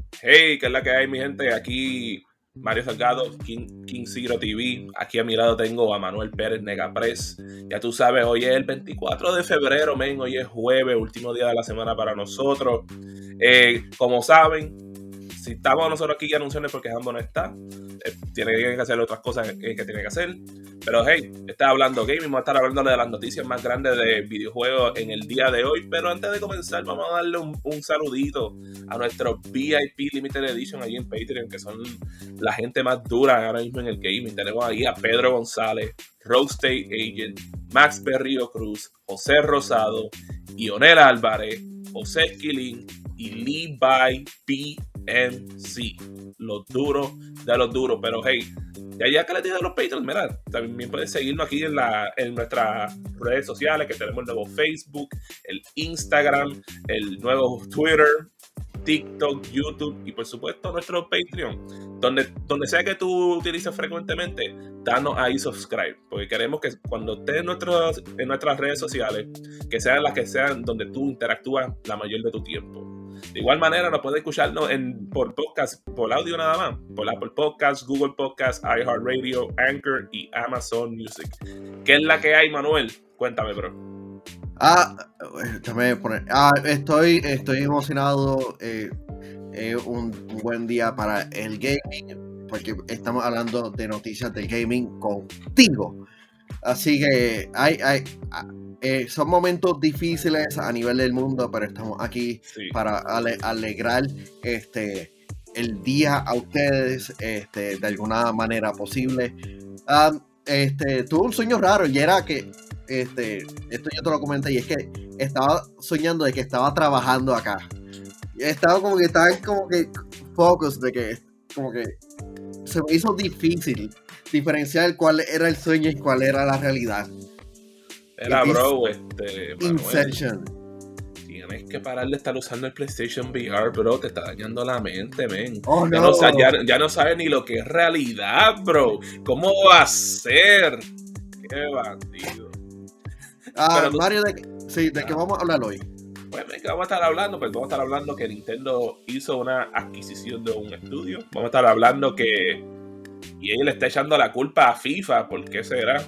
Hey, ¿qué es la que hay, mi gente? Aquí Mario Salgado, King Zero TV. Aquí a mi lado tengo a Manuel Pérez Negapress. Ya tú sabes, hoy es el 24 de febrero, men. Hoy es jueves, último día de la semana para nosotros. Como saben, si estamos nosotros aquí anunciando es porque Jambo no está. Tiene que hacer otras cosas que tiene que hacer. Pero hey, está hablando gaming, vamos a estar hablando de las noticias más grandes de videojuegos en el día de hoy. Pero antes de comenzar, vamos a darle un saludito a nuestros VIP Limited Edition ahí en Patreon, que son la gente más dura ahora mismo en el gaming. Tenemos ahí a Pedro González, Roadstay Agent, Max Berrío Cruz, José Rosado, Ionel Álvarez, José Esquilín y Levi PMC. Los duros de los duros. Pero hey, ya que les dije a los Patreons, mira, también puedes seguirnos aquí en nuestras redes sociales, que tenemos el nuevo Facebook, el Instagram, el nuevo Twitter, TikTok, YouTube y por supuesto nuestro Patreon. Donde sea que tú utilices frecuentemente, danos ahí subscribe, porque queremos que cuando estés en nuestras redes sociales, que sean las que sean donde tú interactúas la mayor de tu tiempo. De igual manera, nos puedes escucharnos por podcast, por audio nada más, por Apple Podcasts, Google Podcasts, iHeartRadio, Anchor y Amazon Music. ¿Qué es la que hay, Manuel? Cuéntame, bro. Déjame poner. Estoy emocionado. Un buen día para el gaming, porque estamos hablando de noticias del gaming contigo. Así que son momentos difíciles a nivel del mundo, pero estamos aquí para alegrar el día a ustedes de alguna manera posible. Tuve un sueño raro y era que esto yo te lo comenté, y es que estaba soñando de que estaba trabajando acá. Estaba como que focus de que como que se me hizo difícil diferenciar cuál era el sueño y cuál era la realidad. Era, bro, Inception. Tienes que parar de estar usando el PlayStation VR, bro. Te está dañando la mente, men. Oh, no. Ya no sabes ni lo que es realidad, bro. ¿Cómo va a ser? Qué bandido. Mario, ¿de qué vamos a hablar hoy? Pues ¿qué vamos a estar hablando? Pues vamos a estar hablando que Nintendo hizo una adquisición de un estudio. Vamos a estar hablando que EA le está echando la culpa a FIFA. ¿Por qué será?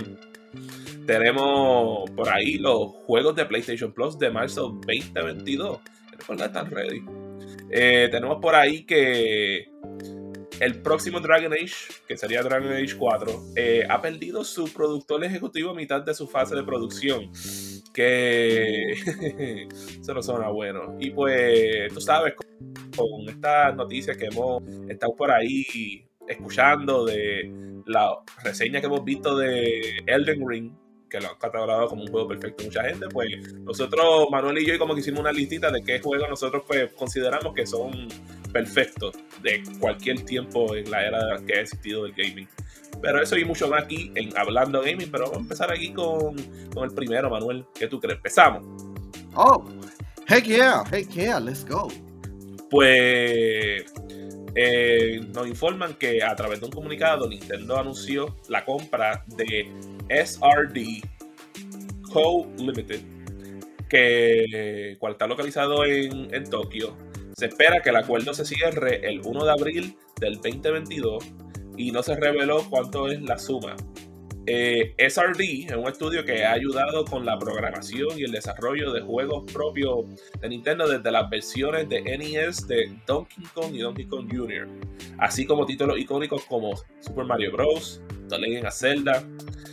Tenemos por ahí los juegos de PlayStation Plus de marzo 2022. ¿Recuerda? Están ready. Tenemos por ahí que el próximo Dragon Age, que sería Dragon Age 4, ha perdido su productor ejecutivo a mitad de su fase de producción. Que eso no suena bueno. Y pues, tú sabes, con estas noticias que hemos estado por ahí escuchando, de la reseña que hemos visto de Elden Ring, que lo han catalogado como un juego perfecto mucha gente, pues nosotros, Manuel y yo, como que hicimos una listita de qué juegos nosotros pues consideramos que son perfectos de cualquier tiempo en la era que ha existido del gaming. Pero eso y mucho más aquí en Hablando Gaming. Pero vamos a empezar aquí con el primero, Manuel. ¿Qué tú crees? ¿Empezamos? Oh, heck yeah, let's go. Pues nos informan que a través de un comunicado Nintendo anunció la compra de SRD Co. Limited, cual está localizado en Tokio. Se espera que el acuerdo se cierre el 1 de abril del 2022 y no se reveló cuánto es la suma. SRD es un estudio que ha ayudado con la programación y el desarrollo de juegos propios de Nintendo desde las versiones de NES de Donkey Kong y Donkey Kong Jr., así como títulos icónicos como Super Mario Bros., The Legend of Zelda.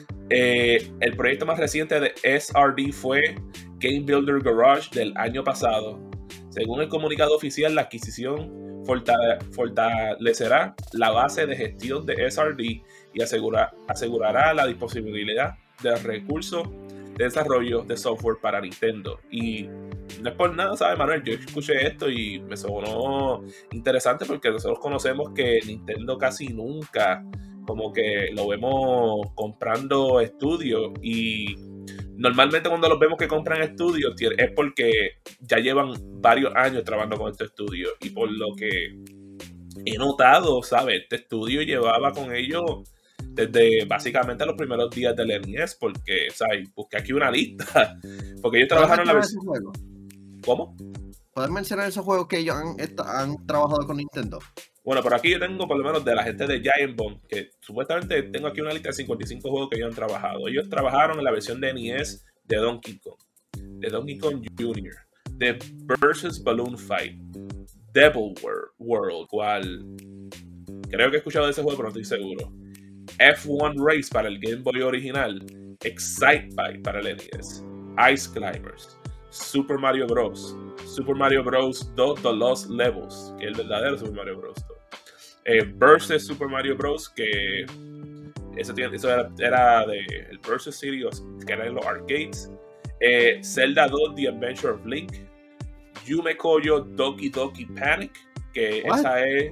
El proyecto más reciente de SRD fue Game Builder Garage del año pasado. Según el comunicado oficial, la adquisición fortalecerá la base de gestión de SRD y asegurará la disponibilidad de recursos de desarrollo de software para Nintendo. Y no es por nada, ¿sabes, Manuel? Yo escuché esto y me sonó interesante, porque nosotros conocemos que Nintendo casi nunca como que lo vemos comprando estudios, y normalmente cuando los vemos que compran estudios es porque ya llevan varios años trabajando con estos estudios, y por lo que he notado, ¿sabes? Este estudio llevaba con ellos desde básicamente los primeros días del NES, porque, ¿sabes? Busqué aquí una lista, porque ellos trabajaron en la versión... juego? ¿Cómo? ¿Puedes mencionar esos juegos que ellos han trabajado con Nintendo? Bueno, por aquí yo tengo por lo menos de la gente de Giant Bomb, que supuestamente tengo aquí una lista de 55 juegos que ellos han trabajado. Ellos trabajaron en la versión de NES de Donkey Kong, de Donkey Kong Jr., de Versus Balloon Fight, Devil World, cual creo que he escuchado de ese juego, pero no estoy seguro. F1 Race para el Game Boy original, Excitebike para el NES, Ice Climbers, Super Mario Bros., Super Mario Bros. 2 The Lost Levels, que es el verdadero Super Mario Bros. 2. Versus Super Mario Bros. Que eso era de el Versus Series, que era en los arcades. Zelda 2 The Adventure of Link, Yume Koyo Doki Doki Panic, que What? esa es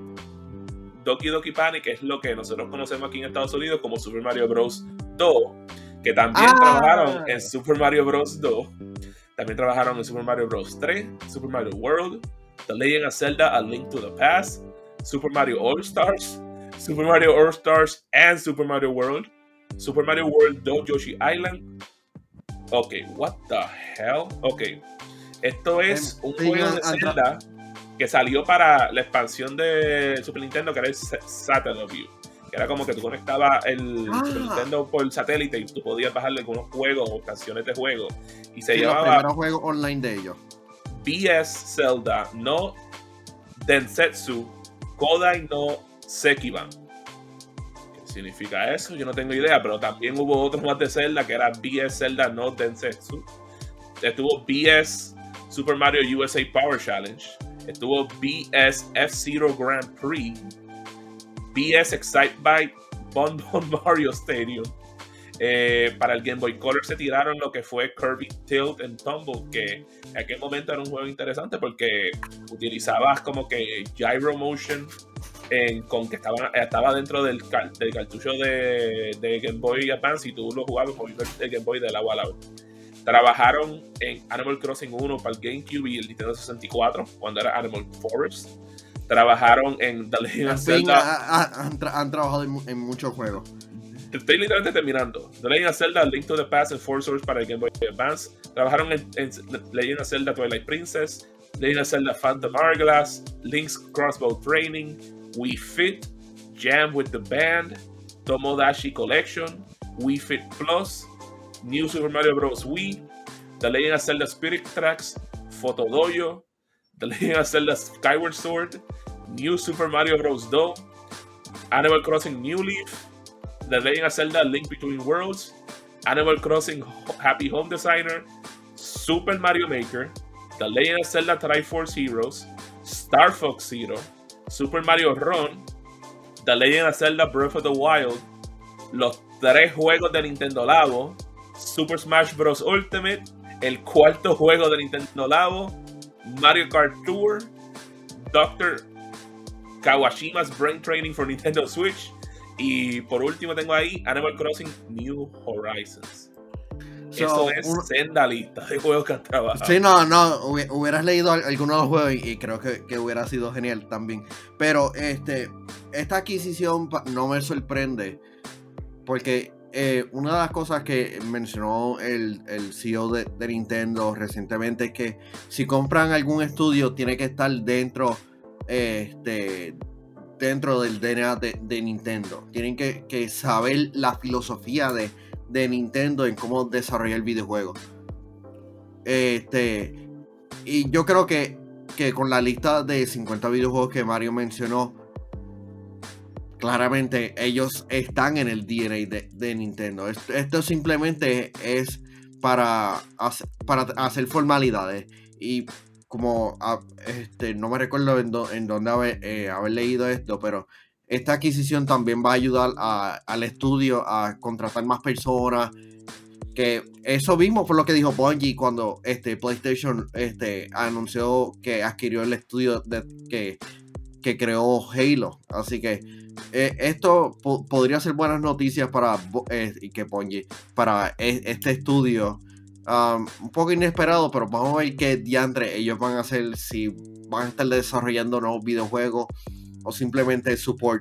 Doki Doki Panic, es lo que nosotros conocemos aquí en Estados Unidos como Super Mario Bros. 2, que también trabajaron en Super Mario Bros. 2. También trabajaron en Super Mario Bros. 3, Super Mario World, The Legend of Zelda A Link to the Past, Super Mario All-Stars, Super Mario All-Stars and Super Mario World, Super Mario World 2 Yoshi Island. Ok, what the hell? Ok, esto es un juego de Zelda que salió para la expansión de Super Nintendo, que era el Satellite View. Que era como que tú conectabas el Super Nintendo por satélite y tú podías bajarle algunos juegos o canciones de juego. Y se llamaba los primeros juegos online de ellos. BS Zelda no Densetsu Kodai no Sekiban. ¿Qué significa eso? Yo no tengo idea, pero también hubo otros más de Zelda que era BS Zelda no Densetsu. Estuvo BS Super Mario USA Power Challenge. Estuvo BS F-Zero Grand Prix, BS Excitebike Bon Bon Mario Stadium. Para el Game Boy Color se tiraron lo que fue Kirby Tilt and Tumble, que en aquel momento era un juego interesante porque utilizabas como que gyro motion con que estaba dentro del cartucho de Game Boy Advance y tú lo jugabas moviendo el Game Boy de lado a lado. Trabajaron en Animal Crossing 1 para el GameCube y el Nintendo 64 cuando era Animal Forest. Trabajaron en The Legend of Zelda. Han trabajado en muchos juegos. Estoy literalmente terminando. The Legend of Zelda, Link to the Past and Four Swords para el Game Boy Advance. Trabajaron en Legend of Zelda Twilight Princess, Legend of Zelda Phantom Hourglass, Link's Crossbow Training, Wii Fit, Jam with the Band, Tomodachi Collection, Wii Fit Plus, New Super Mario Bros. Wii, The Legend of Zelda Spirit Tracks, Photo Dojo, The Legend of Zelda Skyward Sword, New Super Mario Bros. 2, Animal Crossing New Leaf, The Legend of Zelda Link Between Worlds, Animal Crossing Happy Home Designer, Super Mario Maker, The Legend of Zelda Triforce Heroes, Star Fox Zero, Super Mario Run, The Legend of Zelda Breath of the Wild, los 3 juegos de Nintendo Labo, Super Smash Bros. Ultimate, el 4º juego de Nintendo Labo, Mario Kart Tour, Dr. Kawashima's Brain Training for Nintendo Switch, y por último tengo ahí Animal Crossing New Horizons. Eso es senda lista de juegos que han trabajado. Sí, no, hubieras leído algunos de los juegos y creo que hubiera sido genial también. Pero esta adquisición no me sorprende porque una de las cosas que mencionó el CEO de Nintendo recientemente es que si compran algún estudio tiene que estar dentro del DNA de Nintendo. Tienen que saber la filosofía de Nintendo en cómo desarrollar el videojuego. Y yo creo que con la lista de 50 videojuegos que Mario mencionó, claramente ellos están en el DNA de Nintendo. Esto simplemente es para hacer formalidades. Y como no me recuerdo en dónde haber leído esto, pero esta adquisición también va a ayudar al estudio a contratar más personas. Que eso mismo fue lo que dijo Bungie cuando PlayStation anunció que adquirió el estudio que creó Halo. Así que esto podría ser buenas noticias para Bungie, para este estudio. Un poco inesperado, pero vamos a ver qué diantre ellos van a hacer, si van a estar desarrollando nuevos videojuegos o simplemente support.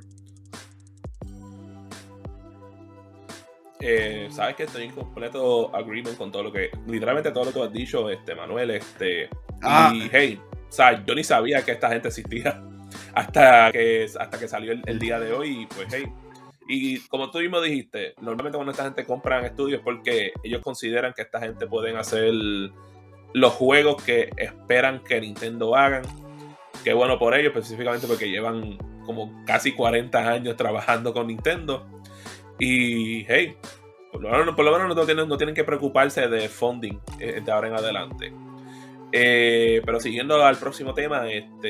Sabes que estoy en completo agreement con todo lo que, literalmente todo lo que has dicho, Manuel. Y hey, o sea, yo ni sabía que esta gente existía hasta que salió el día de hoy. Y pues hey, y como tú mismo dijiste, normalmente cuando esta gente compra estudios es porque ellos consideran que esta gente pueden hacer los juegos que esperan que Nintendo hagan. Qué bueno por ellos, específicamente porque llevan como casi 40 años trabajando con Nintendo. Y hey, por lo menos no tienen que preocuparse de funding de ahora en adelante. Pero siguiendo al próximo tema,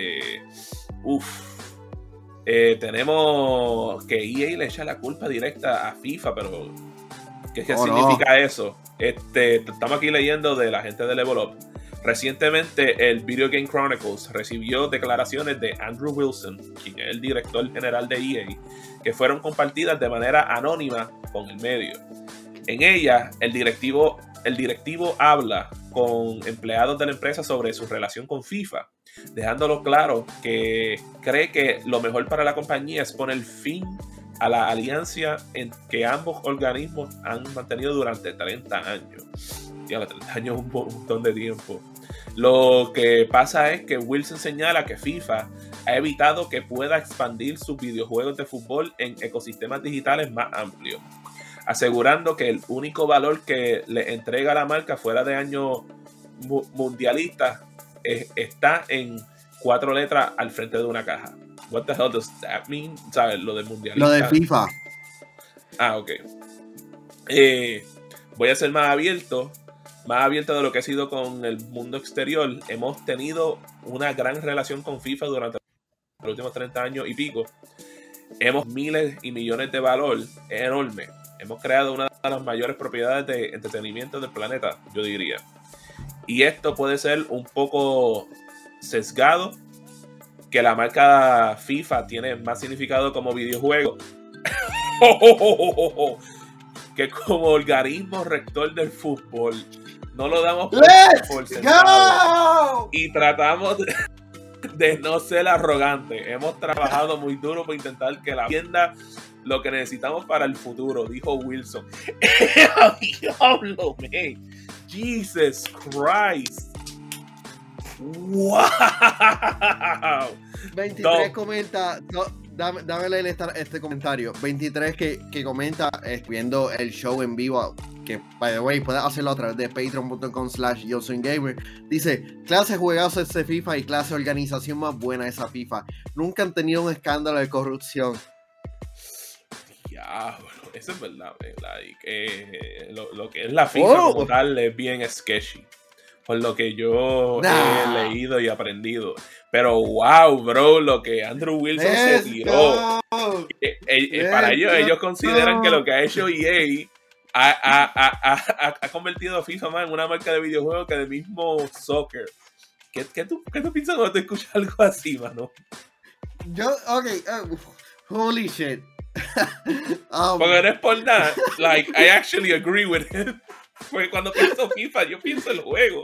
tenemos que EA le echa la culpa directa a FIFA, pero ¿qué significa eso? Estamos aquí leyendo de la gente de Level Up. Recientemente el Video Game Chronicles recibió declaraciones de Andrew Wilson, quien es el director general de EA, que fueron compartidas de manera anónima con el medio. En ella, el directivo habla con empleados de la empresa sobre su relación con FIFA, dejándolo claro que cree que lo mejor para la compañía es poner fin a la alianza en que ambos organismos han mantenido durante 30 años. Ya, 30 años es un montón de tiempo. Lo que pasa es que Wilson señala que FIFA ha evitado que pueda expandir sus videojuegos de fútbol en ecosistemas digitales más amplios, asegurando que el único valor que le entrega la marca fuera de año mundialista está en 4 letras al frente de una caja. What the hell does that mean? ¿Sabes? Lo de mundialista. Lo de FIFA. Ah, ok. Voy a ser más abierto de lo que ha sido con el mundo exterior. Hemos tenido una gran relación con FIFA durante los últimos 30 años y pico. Hemos miles y millones de valor. Es enorme. Hemos creado una de las mayores propiedades de entretenimiento del planeta, yo diría. Y esto puede ser un poco sesgado, que la marca FIFA tiene más significado como videojuego que como organismo rector del fútbol. No lo damos por sentado. Y tratamos de no ser arrogantes. Hemos trabajado muy duro por intentar que la tienda lo que necesitamos para el futuro, dijo Wilson. Diablo, man. Jesus Christ. Wow. 23 comenta. Dame leer este comentario. 23 que comenta viendo el show en vivo, que by the way puedes hacerlo a través de patreon.com/YoSoyGamer. Dice: clase juegazo ese FIFA y clase organización más buena esa FIFA. Nunca han tenido un escándalo de corrupción. Diablo, eso es verdad. Lo que es la FIFA como tal es bien sketchy, por lo que yo he leído y aprendido. Pero wow, bro, lo que Andrew Wilson se tiró. Para ellos consideran que lo que ha hecho EA ha convertido a FIFA más en una marca de videojuegos que del mismo soccer. ¿Qué tú piensas cuando te escuchas algo así, mano? Holy shit. Porque no es por nada. Like, I actually agree with him. Porque cuando pienso FIFA, yo pienso el juego.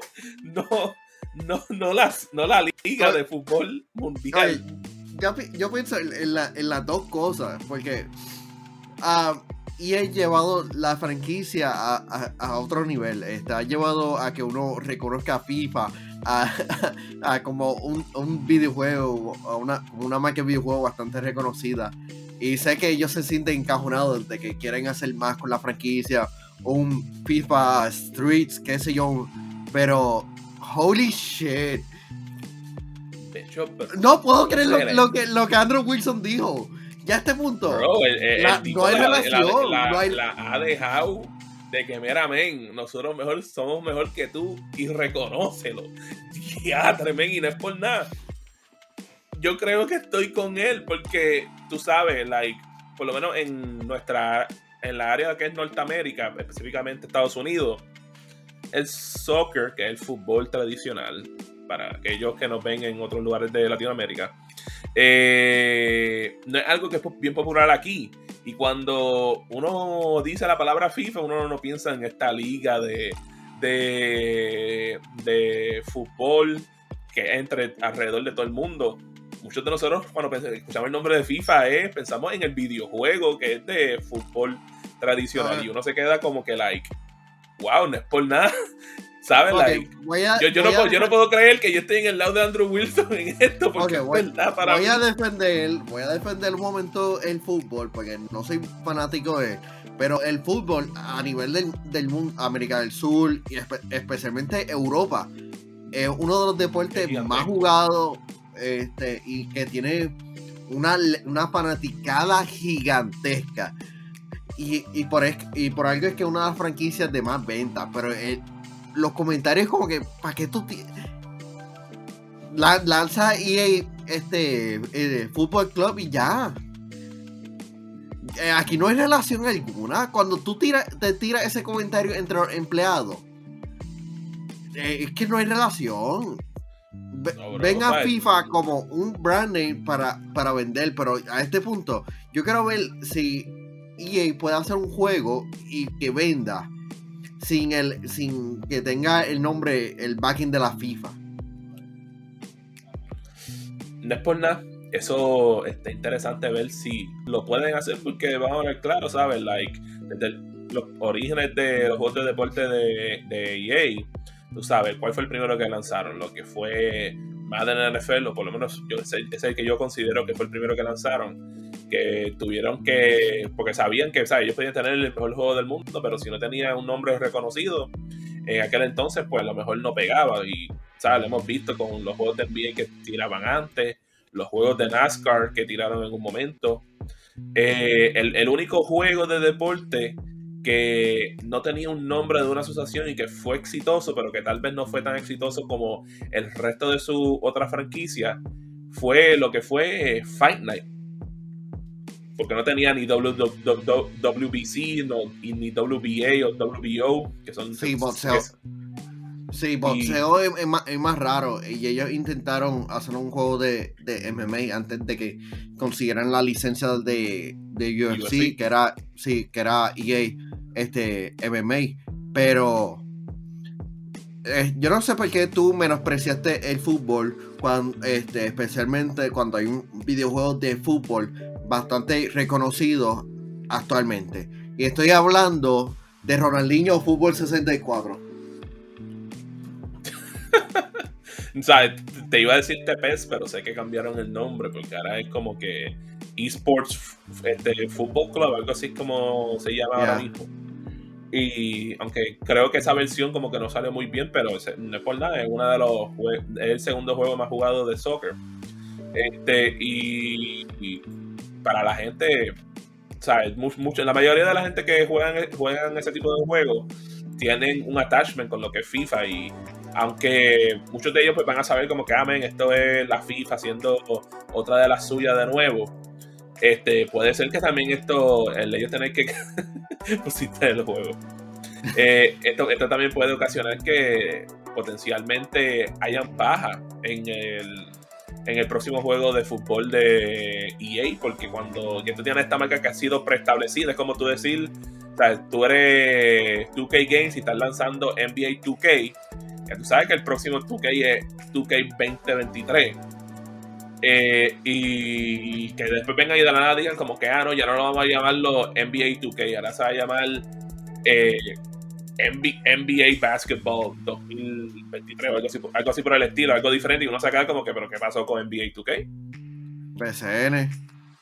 No la liga de fútbol mundial. Yo pienso en las dos cosas. Porque y he llevado la franquicia a otro nivel. Ha llevado a que uno reconozca a FIFA a como un videojuego, a una marca de videojuego bastante reconocida. Y sé que ellos se sienten encajonados de que quieren hacer más con la franquicia, un FIFA Streets, qué sé yo, pero holy shit. No puedo creer lo que Andrew Wilson dijo. Ya a este punto, bro, no hay relación. La ha dejado de que, mira, men, nosotros somos mejor que tú y reconócelo. Diatre, men, y no es por nada. Yo creo que estoy con él porque, tú sabes, por lo menos en la área que es Norteamérica, específicamente Estados Unidos, el soccer, que es el fútbol tradicional, para aquellos que nos ven en otros lugares de Latinoamérica, no es algo que es bien popular aquí. Y cuando uno dice la palabra FIFA, uno no piensa en esta liga de fútbol que entre alrededor de todo el mundo. Muchos de nosotros cuando escuchamos el nombre de FIFA pensamos en el videojuego que es de fútbol tradicional. Y uno se queda como que wow, no es por nada. ¿Sabes? Okay, Like, yo no puedo creer que yo esté en el lado de Andrew Wilson en esto, porque okay, es verdad para mí. Voy a defender un momento el fútbol, porque no soy fanático de él, pero el fútbol a nivel del mundo, América del Sur y especialmente Europa, es uno de los deportes más jugados y que tiene una fanaticada gigantesca. Y por algo es que una de las franquicias de más ventas, pero los comentarios como que, ¿para qué tú lanza EA Fútbol Club y ya? Aquí no hay relación alguna. Cuando tú te tiras ese comentario entre los empleados, es que no hay relación. Ven a FIFA como un brand name para vender, pero a este punto yo quiero ver si EA puede hacer un juego y que venda sin que tenga el nombre, el backing de la FIFA. No es por nada. Eso está interesante ver si lo pueden hacer, porque vamos a ver, claro, ¿sabes? Like, desde los orígenes de los juegos de deporte de EA, tú sabes, ¿cuál fue el primero que lanzaron? Lo que fue Madden NFL, o por lo menos es el que yo considero que fue el primero que lanzaron, que tuvieron que, porque sabían que, ¿sabes? Ellos podían tener el mejor juego del mundo, pero si no tenía un nombre reconocido, en aquel entonces, pues a lo mejor no pegaba. Y, ¿sabes? Lo hemos visto con los juegos de NBA que tiraban antes, los juegos de NASCAR que tiraron en un momento. El único juego de deporte que no tenía un nombre de una asociación y que fue exitoso, pero que tal vez no fue tan exitoso como el resto de su otra franquicia, fue lo que fue Fight Night. Porque no tenía ni WBC, ni WBA o WBO, que son... Sí, boxeo. Sí, boxeo es más raro. Y ellos intentaron hacer un juego de MMA antes de que consiguieran la licencia de UFC, que era EA MMA. Pero yo no sé por qué tú menospreciaste el fútbol, especialmente cuando hay un videojuego de fútbol bastante reconocido actualmente. Y estoy hablando de Ronaldinho Fútbol 64. O sea, te iba a decir TPS, pero sé que cambiaron el nombre porque ahora es como que eSports Football Club, algo así como se llama ahora mismo. Y aunque creo que esa versión como que no salió muy bien, pero no es por nada, es el segundo juego más jugado de soccer. Y para la gente, ¿sabes? La mayoría de la gente que juegan ese tipo de juegos tienen un attachment con lo que es FIFA, y aunque muchos de ellos pues van a saber como que esto es la FIFA haciendo otra de las suyas de nuevo, puede ser que también el ellos tener que pusiste el juego, esto también puede ocasionar que potencialmente hayan baja en el próximo juego de fútbol de EA, porque cuando ya tú tienes esta marca que ha sido preestablecida, es como tú decir, o sea, tú eres 2K Games y estás lanzando NBA 2K, ya tú sabes que el próximo 2K es 2K 2023, y que después vengan y de la nada digan como que no, ya no lo vamos a llamarlo NBA 2K, ahora se va a llamar NBA Basketball 2023 o algo así por el estilo, algo diferente, y uno saca como que, pero ¿qué pasó con NBA 2K? PCN.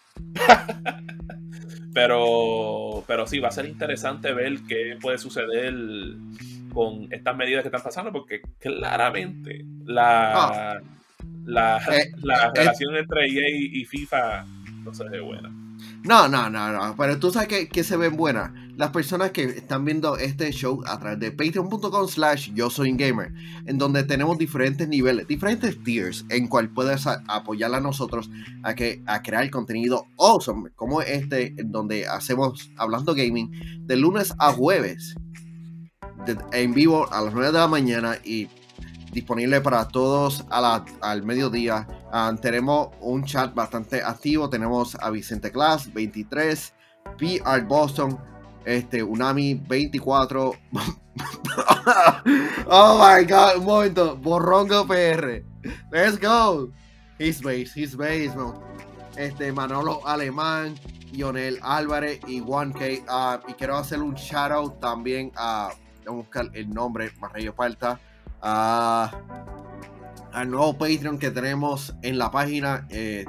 pero sí, va a ser interesante ver qué puede suceder con estas medidas que están pasando, porque claramente la relación entre EA y FIFA no se ve buena. No, pero tú sabes que se ven buenas las personas que están viendo este show a través de patreon.com/yosoygamer, en donde tenemos diferentes niveles, diferentes tiers, en cual puedes apoyar a nosotros a crear contenido awesome, como en donde hacemos Hablando Gaming de lunes a jueves, en vivo a las 9 de la mañana y disponible para todos al mediodía. Tenemos un chat bastante activo. Tenemos a Vicente Class 23, PR Boston, Unami 24. Oh my god, un momento. Borrongo PR. Let's go. His base, man. Manolo Alemán, Lionel Álvarez y 1K. Y quiero hacer un shout out también a a buscar el nombre, Marrillo Parta, al nuevo Patreon que tenemos en la página,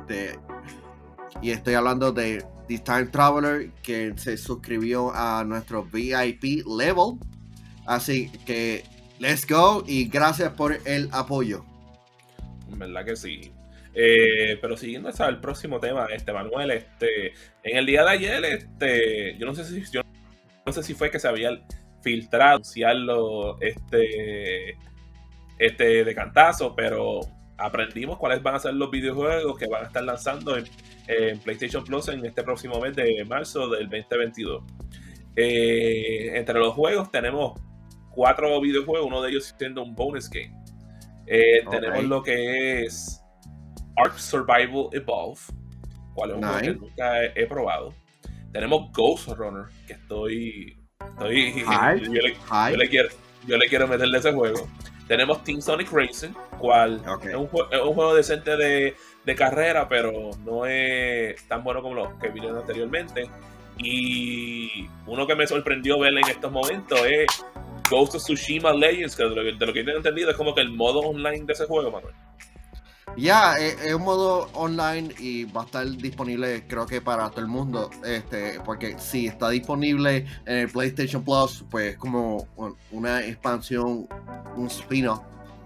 y estoy hablando de The Time Traveler, que se suscribió a nuestro VIP level, así que let's go y gracias por el apoyo. ¿Verdad que sí? Pero siguiendo hasta el próximo tema, Manuel, en el día de ayer, yo no sé si fue que se había filtrado anunciarlo de cantazo, pero aprendimos cuáles van a ser los videojuegos que van a estar lanzando en PlayStation Plus en este próximo mes de marzo del 2022. Entre los juegos tenemos 4 videojuegos, uno de ellos siendo un bonus game. Tenemos lo que es Ark Survival Evolve, cual es un juego que nunca he probado. Tenemos Ghost Runner, que yo le quiero meterle ese juego. Tenemos Team Sonic Racing, cual es un juego decente de carrera, pero no es tan bueno como los que vinieron anteriormente. Y uno que me sorprendió ver en estos momentos es Ghost of Tsushima Legends, que de lo que tengo entendido es como que el modo online de ese juego, Manuel. Ya, es un modo online y va a estar disponible, creo que para todo el mundo, porque si está disponible en el PlayStation Plus, pues como una expansión, un spin-off.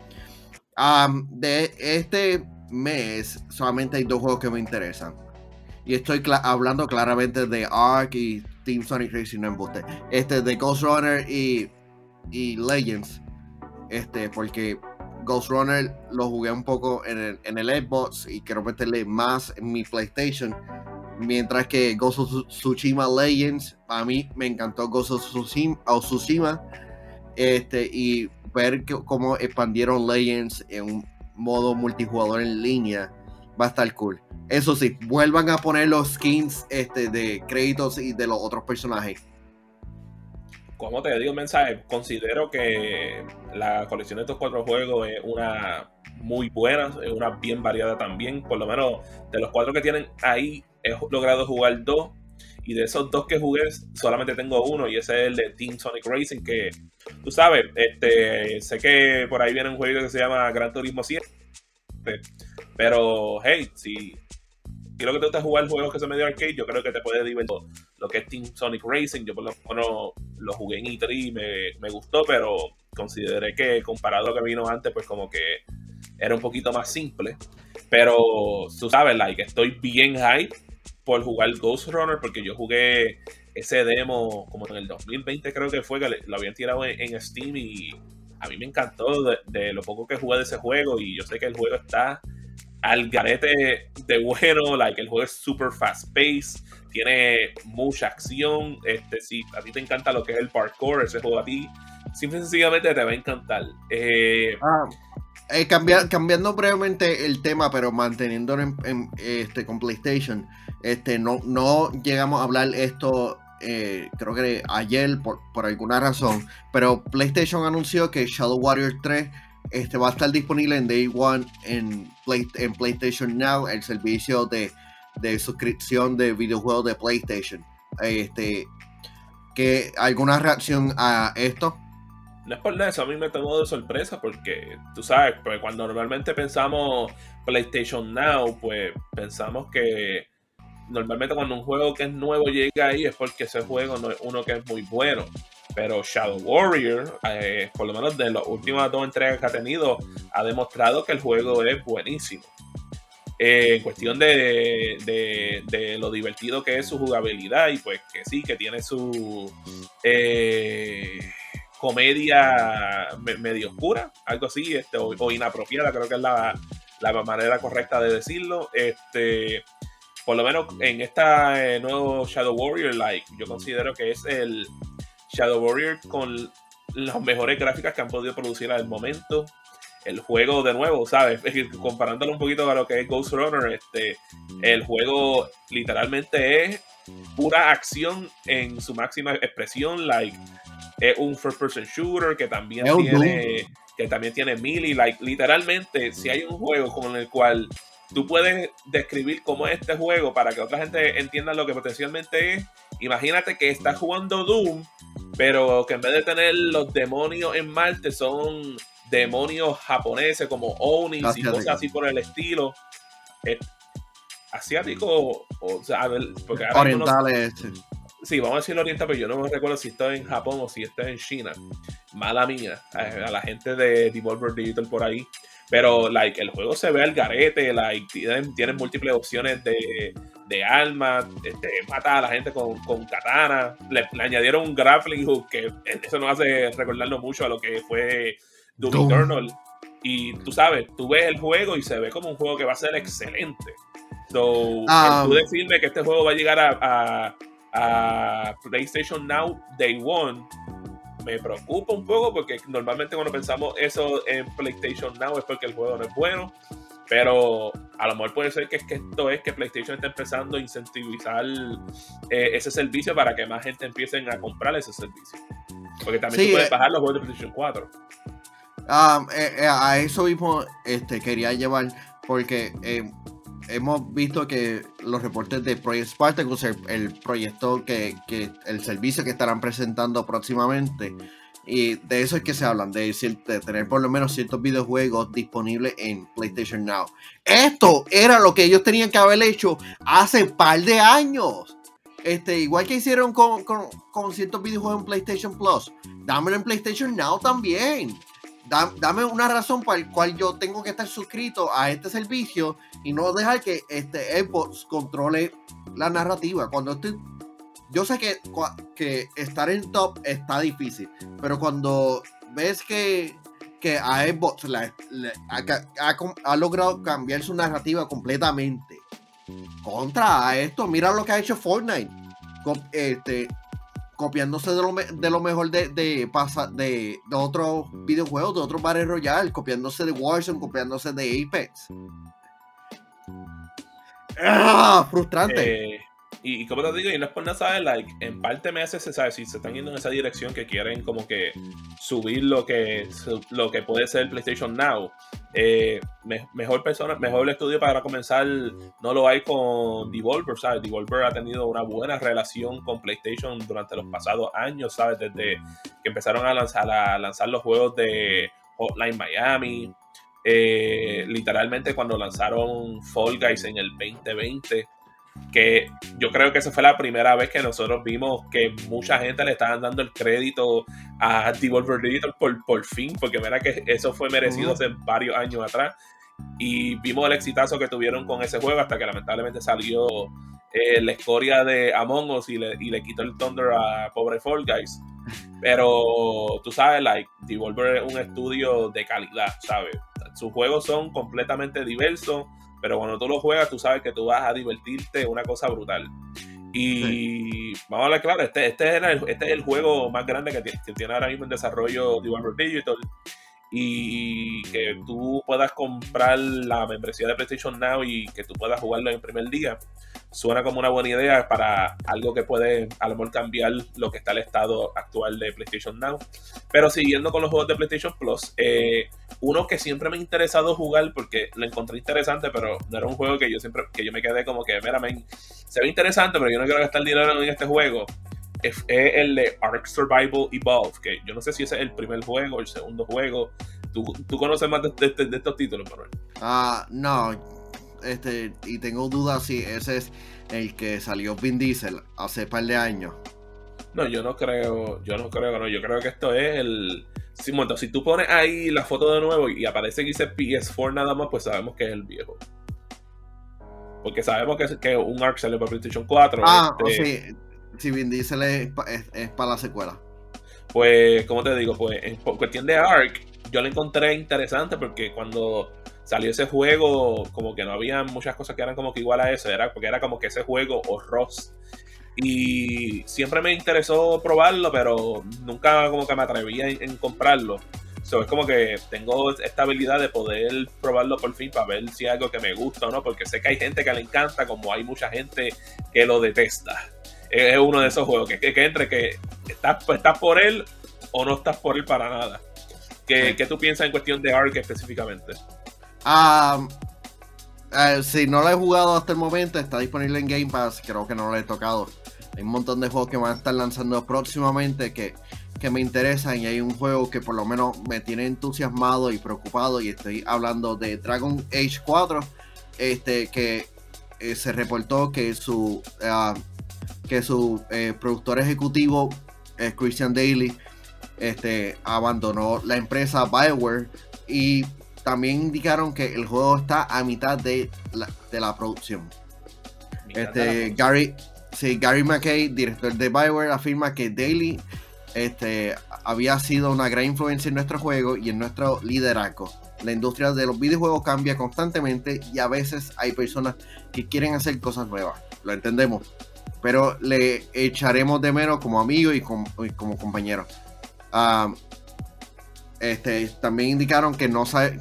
De este mes solamente hay 2 juegos que me interesan. Y estoy hablando claramente de Ark y Team Sonic Racing, no embuste. De Ghost Runner y Legends. Porque Ghost Runner lo jugué un poco en el Xbox y quiero meterle más en mi PlayStation. Mientras que Ghost of Tsushima Legends, a mí me encantó Ghost of Tsushima. Y ver cómo expandieron Legends en un modo multijugador en línea va a estar cool. Eso sí, vuelvan a poner los skins de créditos y de los otros personajes. Como te digo, mensaje, considero que la colección de estos 4 juegos es una muy buena, es una bien variada también. Por lo menos de los 4 que tienen ahí, he logrado jugar 2. Y de esos 2 que jugué, solamente tengo uno, y ese es el de Team Sonic Racing, que tú sabes, sé que por ahí viene un juego que se llama Gran Turismo 7. Pero, hey, si quiero que te guste jugar juegos que son medio arcade, yo creo que te puede divertir lo que es Team Sonic Racing. Yo por lo menos lo jugué en E3 y me gustó, pero consideré que comparado a lo que vino antes, pues como que era un poquito más simple. Pero tú sabes, estoy bien hype por jugar Ghost Runner, porque yo jugué ese demo como en el 2020, creo que fue, que lo habían tirado en Steam, y a mí me encantó de lo poco que jugué de ese juego. Y yo sé que el juego está al garete de bueno, el juego es super fast paced, tiene mucha acción. Si a ti te encanta lo que es el parkour, ese juego a ti simple y sencillamente te va a encantar. Cambiando brevemente el tema, pero manteniéndolo con PlayStation, no llegamos a hablar esto, creo que ayer por alguna razón, pero PlayStation anunció que Shadow Warrior 3 va a estar disponible en Day One en PlayStation Now, el servicio de suscripción de videojuegos de PlayStation. ¿Alguna reacción a esto? No es por eso, a mí me tomó de sorpresa, porque tú sabes, pues cuando normalmente pensamos PlayStation Now, pues pensamos que normalmente cuando un juego que es nuevo llega ahí es porque ese juego no es uno que es muy bueno. Pero Shadow Warrior, por lo menos de las últimas 2 entregas que ha tenido, ha demostrado que el juego es buenísimo. En cuestión de lo divertido que es su jugabilidad, y pues que sí, que tiene su comedia medio oscura, algo así, o inapropiada, creo que es la manera correcta de decirlo. Por lo menos en esta nuevo Shadow Warrior, yo considero que es el Shadow Warrior con las mejores gráficas que han podido producir al momento. El juego, de nuevo, ¿sabes? Comparándolo un poquito a lo que es Ghost Runner, el juego literalmente es pura acción en su máxima expresión. Es un first person shooter que también tiene melee. Literalmente, si hay un juego con el cual tú puedes describir cómo es este juego para que otra gente entienda lo que potencialmente es, imagínate que estás jugando Doom pero que en vez de tener los demonios en Marte son demonios japoneses como Onis y cosas así por el estilo. Asiático, o sea, a ver, porque ahora orientales. Sí, vamos a decirlo oriental, pero yo no me recuerdo si está en Japón o si está en China. Mala mía, a la gente de Devolver Digital por ahí. Pero like, el juego se ve al garete, like, tienen múltiples opciones de armas, mata a la gente con katana. Le añadieron un grappling hook que eso nos hace recordarnos mucho a lo que fue Doom Eternal. Y tú sabes, tú ves el juego y se ve como un juego que va a ser excelente. So, tú decirme que este juego va a llegar a PlayStation Now Day One me preocupa un poco, porque normalmente cuando pensamos eso en PlayStation Now es porque el juego no es bueno, pero a lo mejor puede ser que esto es que PlayStation está empezando a incentivizar ese servicio para que más gente empiecen a comprar ese servicio, porque también tú puedes bajar los juegos de PlayStation 4. A eso mismo quería llevar, porque hemos visto que los reportes de Project Spartacus, el proyecto el servicio que estarán presentando próximamente, y de eso es que se hablan, de tener por lo menos ciertos videojuegos disponibles en PlayStation Now. Esto era lo que ellos tenían que haber hecho hace un par de años. Igual que hicieron con ciertos videojuegos en PlayStation Plus, dámelo en PlayStation Now también. Dame una razón para la cual yo tengo que estar suscrito a este servicio y no dejar que Xbox controle la narrativa. Yo sé que estar en top está difícil, pero cuando ves que a Xbox ha logrado cambiar su narrativa completamente contra esto, mira lo que ha hecho Fortnite, copiándose de lo mejor de otros videojuegos, de otros Battle Royale, copiándose de Warzone, copiándose de Apex. Frustrante. Y como te digo, y no es por nada, ¿sabes? Like, en parte me hace, ¿sabes? Si se están yendo en esa dirección que quieren como que subir lo que puede ser PlayStation Now, mejor estudio para comenzar no lo hay con Devolver, ¿sabes? Devolver ha tenido una buena relación con PlayStation durante los pasados años, ¿sabes? Desde que empezaron a lanzar los juegos de Hotline Miami, literalmente cuando lanzaron Fall Guys en el 2020, que yo creo que esa fue la primera vez que nosotros vimos que mucha gente le estaban dando el crédito a Devolver Digital por fin, porque mira que eso fue merecido hace varios años atrás, y vimos el exitazo que tuvieron con ese juego hasta que lamentablemente salió la escoria de Among Us y le quitó el Thunder a pobre Fall Guys. Pero tú sabes, like, Devolver es un estudio de calidad, ¿sabes? Sus juegos son completamente diversos, pero cuando tú lo juegas, tú sabes que tú vas a divertirte, una cosa brutal. Y vamos a hablar claro, este es el juego más grande que tiene ahora mismo en desarrollo Devolver Digital. Y que tú puedas comprar la membresía de PlayStation Now y que tú puedas jugarlo en el primer día, suena como una buena idea para algo que puede a lo mejor cambiar lo que está el estado actual de PlayStation Now. Pero siguiendo con los juegos de PlayStation Plus, uno que siempre me ha interesado jugar porque lo encontré interesante, pero no era un juego que yo me quedé como que, mira, se ve interesante, pero yo no quiero gastar dinero en este juego. Es el de Ark Survival Evolved, que yo no sé si ese es el primer juego o el segundo juego. ¿Tú conoces más de estos títulos, Manuel? No, y tengo dudas si ese es el que salió Vin Diesel hace un par de años. No, yo no creo, yo creo que esto es el... Si tú pones ahí la foto de nuevo y aparece que dice PS4 nada más, pues sabemos que es el viejo. Porque sabemos que un Ark salió para PlayStation 4. Sí. Si Vin Diesel es para la secuela. Pues, como te digo, pues en cuestión de Ark, yo lo encontré interesante porque cuando salió ese juego, como que no había muchas cosas que eran como que igual a eso, porque era como que ese juego o Ross. Y siempre me interesó probarlo, pero nunca como que me atrevía en comprarlo. Es como que tengo esta habilidad de poder probarlo por fin para ver si es algo que me gusta o no, porque sé que hay gente que le encanta, como hay mucha gente que lo detesta. Es uno de esos juegos que entre que estás por él o no estás por él para nada. ¿Qué tú piensas en cuestión de Ark específicamente? Si no lo he jugado hasta el momento, está disponible en Game Pass, creo que no lo he tocado. Hay un montón de juegos que van a estar lanzando próximamente que me interesan, y hay un juego que por lo menos me tiene entusiasmado y preocupado, y estoy hablando de Dragon Age 4, que se reportó que su productor ejecutivo, Christian Daly, abandonó la empresa BioWare, y también indicaron que el juego está a mitad de la producción. Gary McKay, director de BioWare, afirma que Daly había sido una gran influencia en nuestro juego y en nuestro liderazgo. La industria de los videojuegos cambia constantemente, y a veces hay personas que quieren hacer cosas nuevas. Lo entendemos, pero le echaremos de menos como amigo y como compañero. También indicaron que no saben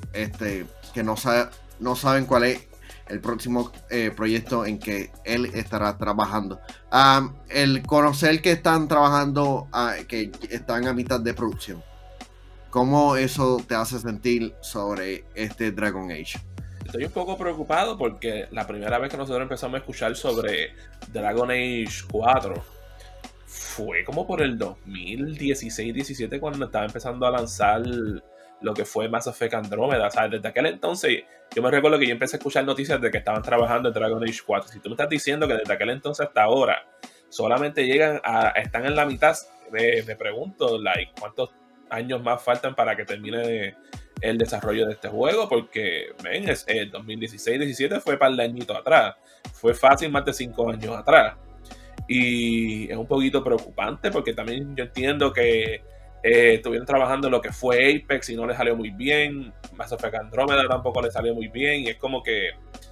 cuál es el próximo proyecto en que él estará trabajando. El conocer que están trabajando, que están a mitad de producción, ¿cómo eso te hace sentir sobre Dragon Age? Estoy un poco preocupado porque la primera vez que nosotros empezamos a escuchar sobre Dragon Age 4 fue como por el 2016-17, cuando estaba empezando a lanzar lo que fue Mass Effect Andromeda. O sea, desde aquel entonces yo me recuerdo que yo empecé a escuchar noticias de que estaban trabajando en Dragon Age 4. Si tú me estás diciendo que desde aquel entonces hasta ahora solamente están en la mitad, me pregunto, ¿cuántos años más faltan para que termine el desarrollo de este juego? Porque, ven, el 2016-17 fue para el añito atrás. Fue fácil más de 5 años atrás. Y es un poquito preocupante porque también yo entiendo que estuvieron trabajando en lo que fue Apex y no le salió muy bien. Mass Effect Andromeda tampoco le salió muy bien. Y es como que,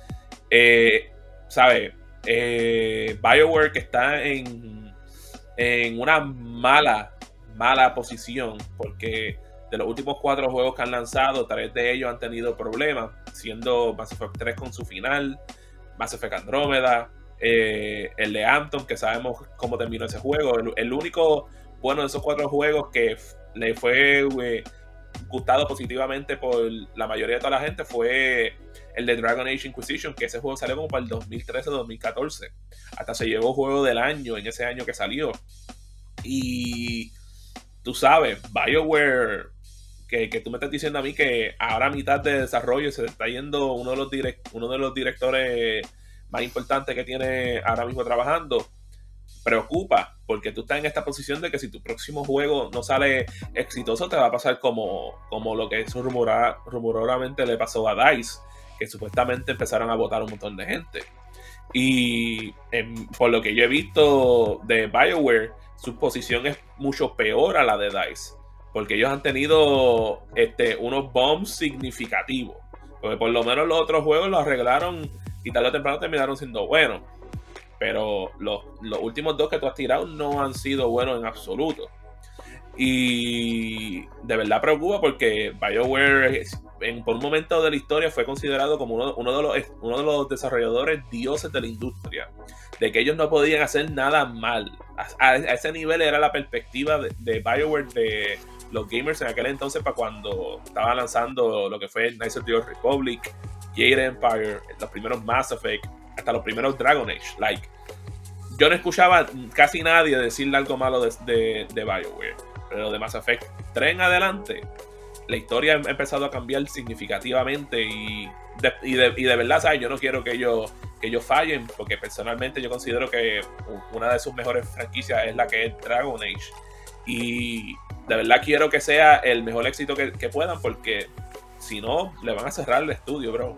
¿sabes? BioWare, que está en una mala posición, porque de los últimos 4 juegos que han lanzado, 3 de ellos han tenido problemas, siendo Mass Effect 3 con su final, Mass Effect Andromeda, el de Anthem, que sabemos cómo terminó ese juego. El único bueno de esos 4 juegos que le fue gustado positivamente por la mayoría de toda la gente fue el de Dragon Age Inquisition, que ese juego salió como para el 2013-2014. Hasta se llevó juego del año en ese año que salió. Y tú sabes, BioWare, que tú me estás diciendo a mí que ahora a mitad de desarrollo se está yendo uno de los directores más importantes que tiene ahora mismo trabajando, preocupa, porque tú estás en esta posición de que si tu próximo juego no sale exitoso, te va a pasar como lo que eso rumoradamente le pasó a DICE, que supuestamente empezaron a votar un montón de gente. Y por lo que yo he visto de BioWare, su posición es mucho peor a la de DICE, porque ellos han tenido unos bombs significativos, porque por lo menos los otros juegos los arreglaron y tarde o temprano terminaron siendo buenos, pero los últimos 2 que tú has tirado no han sido buenos en absoluto. Y de verdad preocupa, porque BioWare por un momento de la historia fue considerado como uno de los desarrolladores dioses de la industria, de que ellos no podían hacer nada mal. A ese nivel era la perspectiva de BioWare, de los gamers en aquel entonces, para cuando estaba lanzando lo que fue Knights of the Old Republic, Jade Empire, los primeros Mass Effect, hasta los primeros Dragon Age. Yo no escuchaba casi nadie decirle algo malo de BioWare, pero de Mass Effect 3 en adelante la historia ha empezado a cambiar significativamente, y de verdad, ¿sabes? Yo no quiero que ellos fallen, porque personalmente yo considero que una de sus mejores franquicias es la que es Dragon Age, y de verdad quiero que sea el mejor éxito que puedan, porque si no, le van a cerrar el estudio, bro.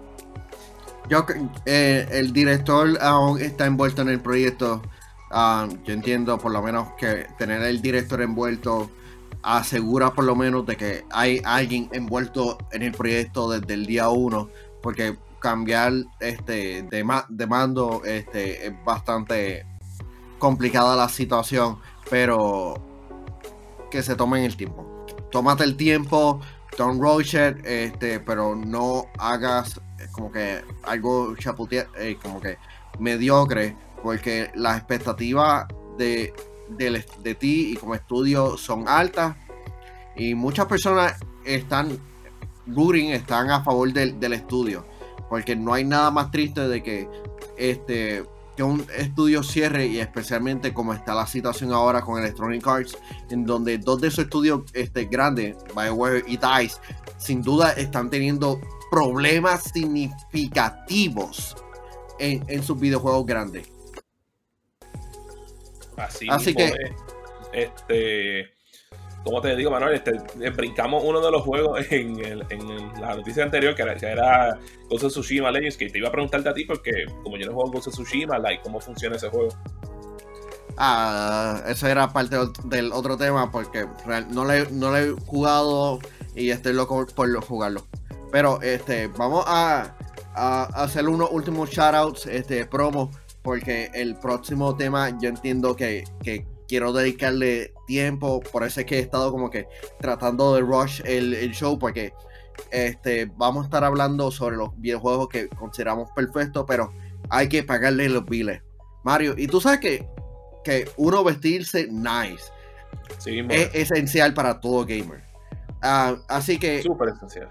El director aún está envuelto en el proyecto. Yo entiendo por lo menos que tener el director envuelto asegura por lo menos de que hay alguien envuelto en el proyecto desde el día 1, porque cambiar de mando es bastante complicada la situación, pero que se tomen el tiempo. Tómate el tiempo, don't rush it, pero no hagas como que algo como que mediocre, porque las expectativas de ti y como estudio son altas, y muchas personas están a favor del estudio, porque no hay nada más triste de que un estudio cierre, y especialmente como está la situación ahora con Electronic Arts, en donde dos de esos estudios grandes, BioWare y DICE, sin duda están teniendo problemas significativos en sus videojuegos grandes. Así mismo es. Como te digo, Manuel, brincamos uno de los juegos en la noticia anterior, que era Ghost of Tsushima Legends, que te iba a preguntarte a ti, porque como yo no juego Ghost of Tsushima, ¿cómo funciona ese juego? Eso era parte del otro tema, porque no lo he jugado y estoy loco por jugarlo. Pero vamos a hacer unos últimos shoutouts, promo, porque el próximo tema yo entiendo que quiero dedicarle tiempo, por eso es que he estado como que tratando de rush el show, porque vamos a estar hablando sobre los videojuegos que consideramos perfectos, pero hay que pagarle los biles. Mario, y tú sabes que uno vestirse nice es esencial para todo gamer. Así que... Súper esencial.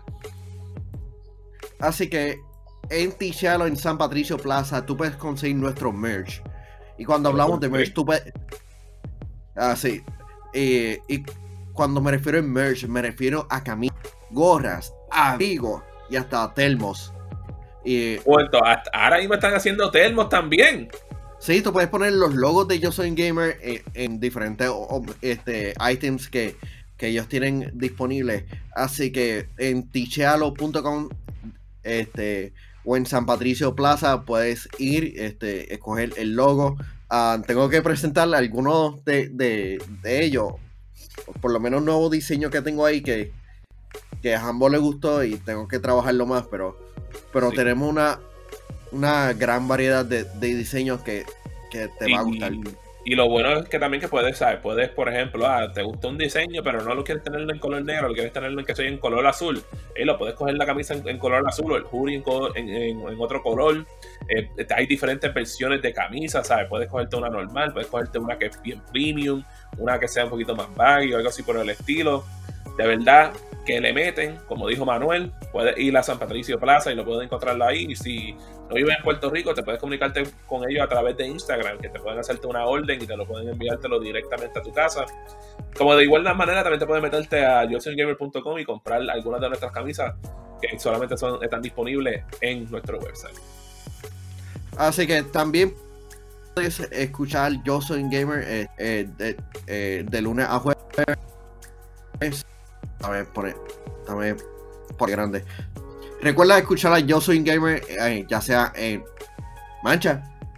Así que en Tichalo, en San Patricio Plaza, tú puedes conseguir nuestro merch. Y cuando hablamos de merch, tú puedes... sí. Y cuando me refiero a merch, me refiero a camisas, gorras, abrigos y hasta termos. Ahora mismo están haciendo termos también. Sí, tú puedes poner los logos de Yo Soy Gamer en diferentes items que ellos tienen disponibles. Así que en tichealo.com o en San Patricio Plaza puedes ir, escoger el logo. Tengo que presentarle algunos de ellos, por lo menos un nuevo diseño que tengo ahí que a ambos le gustó y tengo que trabajarlo más, pero sí. Tenemos una gran variedad de diseños que te va a gustar. Y lo bueno es que también que puedes, por ejemplo, te gustó un diseño, pero no lo quieres tenerlo en color negro, lo quieres tenerlo en color azul. Lo puedes coger la camisa en color azul o el hoodie en otro color. Hay diferentes versiones de camisas, ¿sabes? Puedes cogerte una normal, puedes cogerte una que es bien premium, una que sea un poquito más baggy o algo así por el estilo. De verdad que le meten, como dijo Manuel, puedes ir a San Patricio Plaza y lo puedes encontrarlo ahí. Y si no vives en Puerto Rico, te puedes comunicarte con ellos a través de Instagram, que te pueden hacerte una orden y te lo pueden enviártelo directamente a tu casa. Como de igual manera, también te puedes meterte a yosoygamer.com y comprar algunas de nuestras camisas que solamente están disponibles en nuestro website. Así que también puedes escuchar Yo Soy Gamer de lunes a jueves. También por grande. Recuerda escuchar a Yo Soy Gamer, ya sea en Mancha.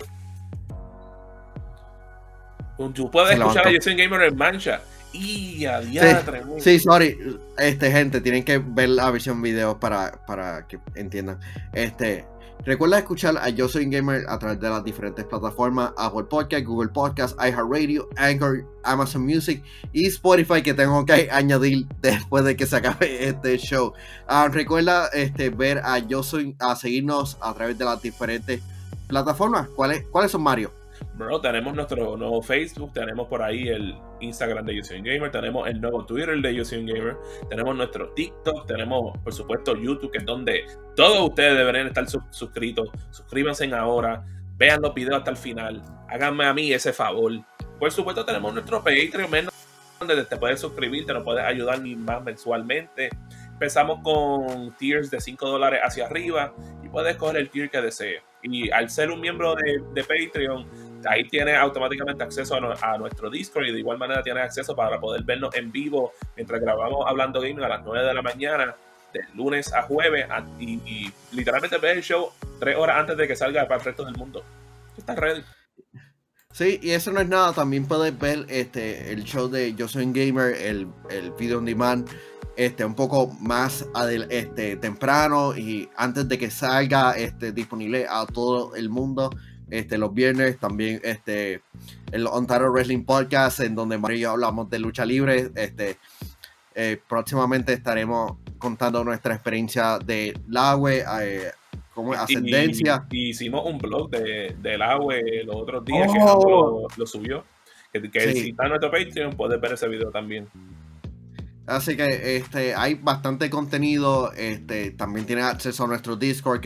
Tú puedes escuchar a Yo Soy Gamer en Mancha. Y sí, sorry. Gente, tienen que ver la versión video para que entiendan. Recuerda escuchar a Yo Soy Gamer a través de las diferentes plataformas: Apple Podcast, Google Podcast, iHeartRadio, Anchor, Amazon Music y Spotify, que tengo que añadir después de que se acabe este show. Recuerda ver a seguirnos a través de las diferentes plataformas. ¿Cuáles son, Mario? Bro, tenemos nuestro nuevo Facebook, tenemos por ahí el Instagram de Yo Soy Gamer, tenemos el nuevo Twitter de Yo Soy Gamer, tenemos nuestro TikTok, tenemos por supuesto YouTube, que es donde todos ustedes deberían estar suscritos. Suscríbanse ahora, vean los videos hasta el final, háganme a mí ese favor. Por supuesto tenemos nuestro Patreon, donde te puedes suscribir, te lo puedes ayudar más mensualmente. Empezamos con tiers de $5 hacia arriba y puedes escoger el tier que desees. Y al ser un miembro de Patreon, ahí tienes automáticamente acceso a nuestro Discord, y de igual manera tienes acceso para poder vernos en vivo mientras grabamos Hablando Gaming a las 9 de la mañana, de lunes a jueves, y literalmente ver el show 3 horas antes de que salga para el resto del mundo. ¿Estás ready? Sí, y eso no es nada. También puedes ver el show de Yo Soy Gamer, el video on demand, un poco más temprano y antes de que salga disponible a todo el mundo. Los viernes también el Ontario Wrestling Podcast, en donde Mario y yo hablamos de lucha libre. Próximamente estaremos contando nuestra experiencia de LAWE, como ascendencia. Y hicimos un blog de LAWE los otros días, que lo subió. Que sí. Si está en nuestro Patreon, puedes ver ese video también. Así que hay bastante contenido. También tienes acceso a nuestro Discord, que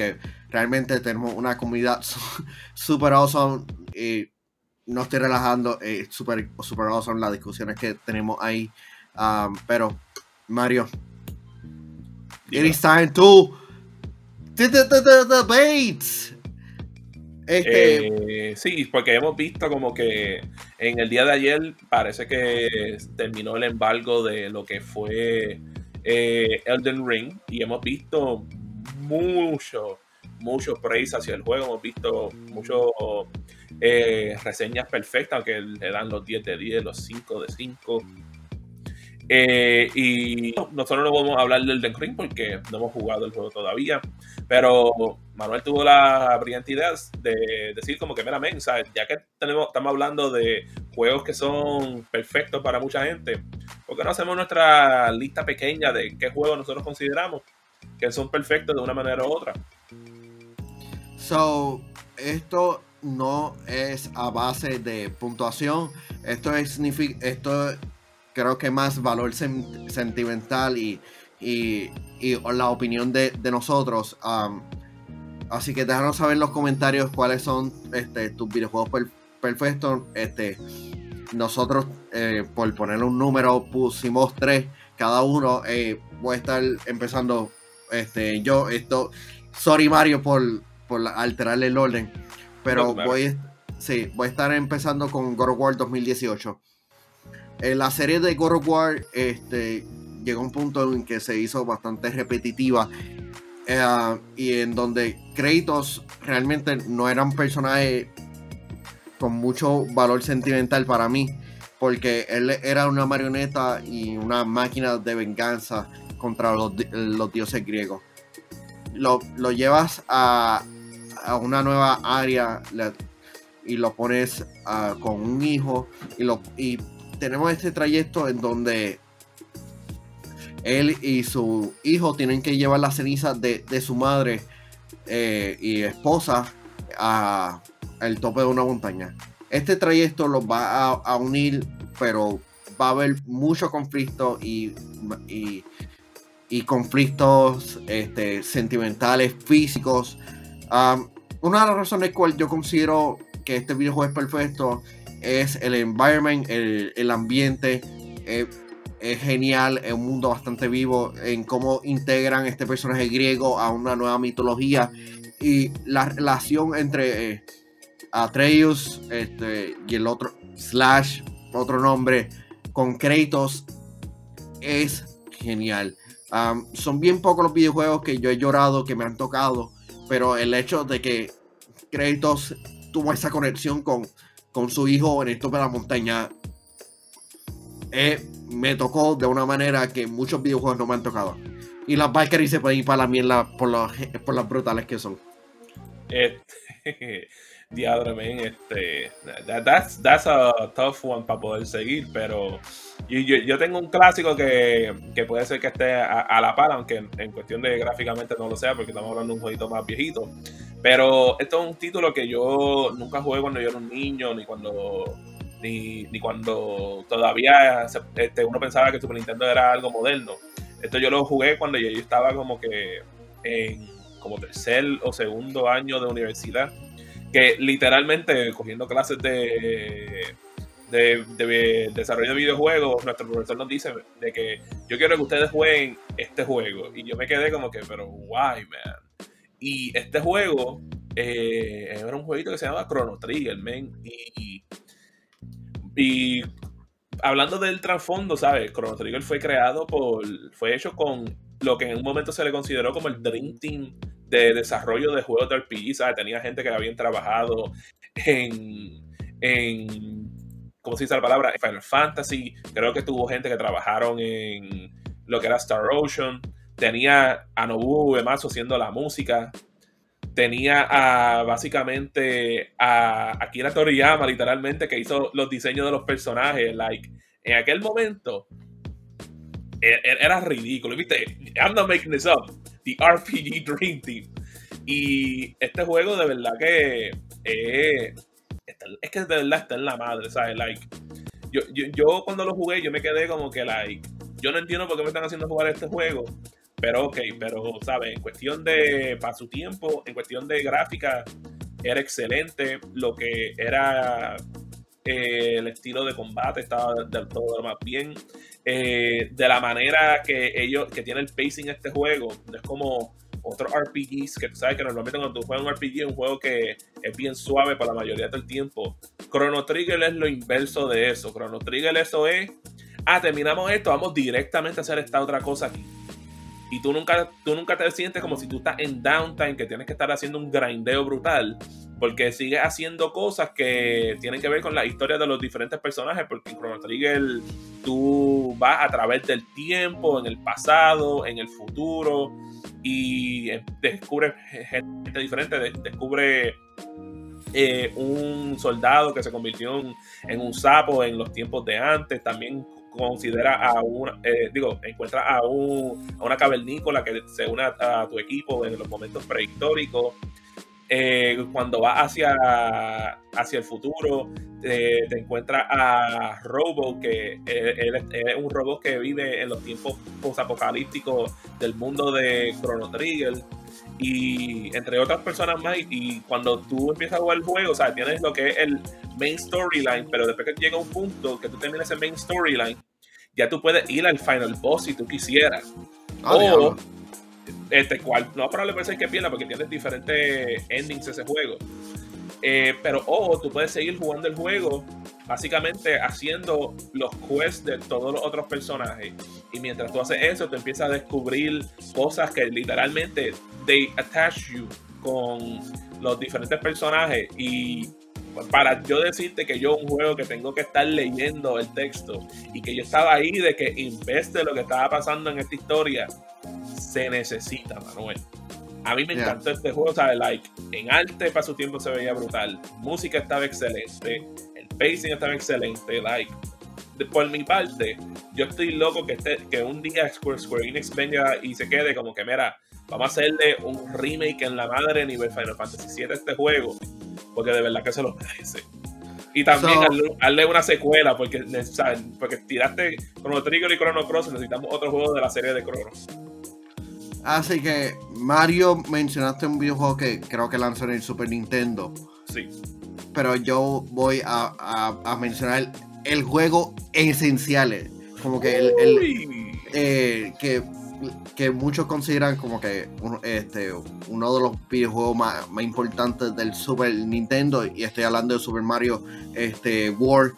realmente tenemos una comunidad super awesome y no estoy relajando, super awesome las discusiones que tenemos ahí. Pero, Mario, it is time to debates. Sí, porque hemos visto como que en el día de ayer parece que terminó el embargo de lo que fue Elden Ring y hemos visto mucho praise hacia el juego, hemos visto mucho reseñas perfectas, aunque le dan los 10 de 10, los 5 de 5. Y nosotros no vamos a hablar del Elden Ring porque no hemos jugado el juego todavía, pero Manuel tuvo la brillante idea de decir como que, mira, men, ¿sabes? Ya que estamos hablando de juegos que son perfectos para mucha gente, ¿por qué no hacemos nuestra lista pequeña de qué juegos nosotros consideramos que son perfectos de una manera u otra? So, esto no es a base de puntuación, esto creo que más valor sentimental y la opinión de nosotros. Así que déjanos saber en los comentarios cuáles son tus videojuegos perfectos. Nosotros, por ponerle un número, pusimos 3 cada uno. Voy a estar empezando sorry, Mario, por alterarle el orden, pero No, voy a estar empezando con God of War 2018. La serie de God of War llegó a un punto en que se hizo bastante repetitiva, y en donde Kratos realmente no era un personaje con mucho valor sentimental para mí, porque él era una marioneta y una máquina de venganza contra los dioses griegos. Lo llevas a una nueva área y lo pones con un hijo y tenemos este trayecto en donde él y su hijo tienen que llevar las cenizas de su madre y esposa al tope de una montaña. Este trayecto los va a unir, pero va a haber mucho conflicto y conflictos sentimentales, físicos. Una de las razones por las cuales yo considero que este videojuego es perfecto es el environment, el ambiente. Es genial, es un mundo bastante vivo en cómo integran este personaje griego a una nueva mitología, y la relación entre Atreus y el otro Slash, otro nombre, con Kratos es genial. Son bien pocos los videojuegos que yo he llorado, que me han tocado, pero el hecho de que Kratos tuvo esa conexión con su hijo en el tope de la montaña me tocó de una manera que muchos videojuegos no me han tocado. Y las Valkyrie se pueden ir para la mierda por las brutales que son. Diadre, man, that's a tough one para poder seguir, pero yo tengo un clásico que puede ser que esté a la par, aunque en cuestión de gráficamente no lo sea, porque estamos hablando de un jueguito más viejito, pero esto es un título que yo nunca jugué cuando yo era un niño, ni cuando todavía uno pensaba que Super Nintendo era algo moderno. Esto yo lo jugué cuando yo estaba como que en como tercer o segundo año de universidad, que literalmente cogiendo clases de desarrollo de videojuegos, nuestro profesor nos dice de que yo quiero que ustedes jueguen este juego, y yo me quedé como que, pero why, man? Y este juego era un jueguito que se llama Chrono Trigger, man, y hablando del trasfondo, ¿sabes? Chrono Trigger fue hecho con lo que en un momento se le consideró como el Dream Team de desarrollo de juegos de RPG, ¿sabes? Tenía gente que habían trabajado en ¿cómo se dice la palabra? Final Fantasy. Creo que tuvo gente que trabajaron en lo que era Star Ocean. Tenía a Nobuo Uematsu haciendo la música. Tenía básicamente a Akira Toriyama, literalmente, que hizo los diseños de los personajes. En aquel momento era ridículo, ¿viste? I'm not making this up. The RPG Dream Team. Y este juego de verdad que es que de verdad está en la madre, ¿sabes? Yo cuando lo jugué, yo me quedé como que yo no entiendo por qué me están haciendo jugar este juego, pero, ¿sabes? En cuestión de, para su tiempo, en cuestión de gráfica, era excelente. Lo que era el estilo de combate estaba del todo lo más bien. De la manera que tiene el pacing este juego, no es como otros RPGs que tú sabes que normalmente cuando tú juegas un RPG es un juego que es bien suave para la mayoría del tiempo. Chrono Trigger es lo inverso de eso. Chrono Trigger eso es, terminamos esto, vamos directamente a hacer esta otra cosa aquí. Y tú nunca te sientes como si tú estás en downtime, que tienes que estar haciendo un grindeo brutal, porque sigues haciendo cosas que tienen que ver con la historia de los diferentes personajes, porque en Chrono Trigger tú vas a través del tiempo, en el pasado, en el futuro, y descubres gente diferente, descubre un soldado que se convirtió en un sapo en los tiempos de antes. También considera encuentra a una cavernícola que se une a tu equipo en los momentos prehistóricos. Cuando vas hacia el futuro, te encuentras a Robo, que él es un robot que vive en los tiempos posapocalípticos del mundo de Chrono Trigger, y entre otras personas más. Y cuando tú empiezas a jugar el juego, o sea, tienes lo que es el main storyline, pero después que llega un punto que tú terminas el main storyline, ya tú puedes ir al final boss si tú quisieras. Cual no es probable ser que pierda, porque tienes diferentes endings ese juego. Pero tú puedes seguir jugando el juego, básicamente haciendo los quests de todos los otros personajes. Y mientras tú haces eso, te empiezas a descubrir cosas que literalmente they attach you con los diferentes personajes. Y para yo decirte que yo un juego que tengo que estar leyendo el texto, y que yo estaba ahí de que en vez de lo que estaba pasando en esta historia, se necesita, Manuel. A mí me encantó este juego, ¿sabes? En arte para su tiempo se veía brutal, música estaba excelente, el pacing estaba excelente, por mi parte, yo estoy loco que un día Square Enix venga y se quede como que, mira, vamos a hacerle un remake en la madre nivel Final Fantasy VII a este juego, porque de verdad que se lo merece. Y también hazle una secuela, porque tiraste Chrono Trigger y Chrono Cross, necesitamos otro juego de la serie de Chrono. Así que, Mario, mencionaste un videojuego que creo que lanzó en el Super Nintendo. Sí. Pero yo voy a mencionar el juego esencial, como que que muchos consideran como que uno de los videojuegos más importantes del Super Nintendo, y estoy hablando de Super Mario World.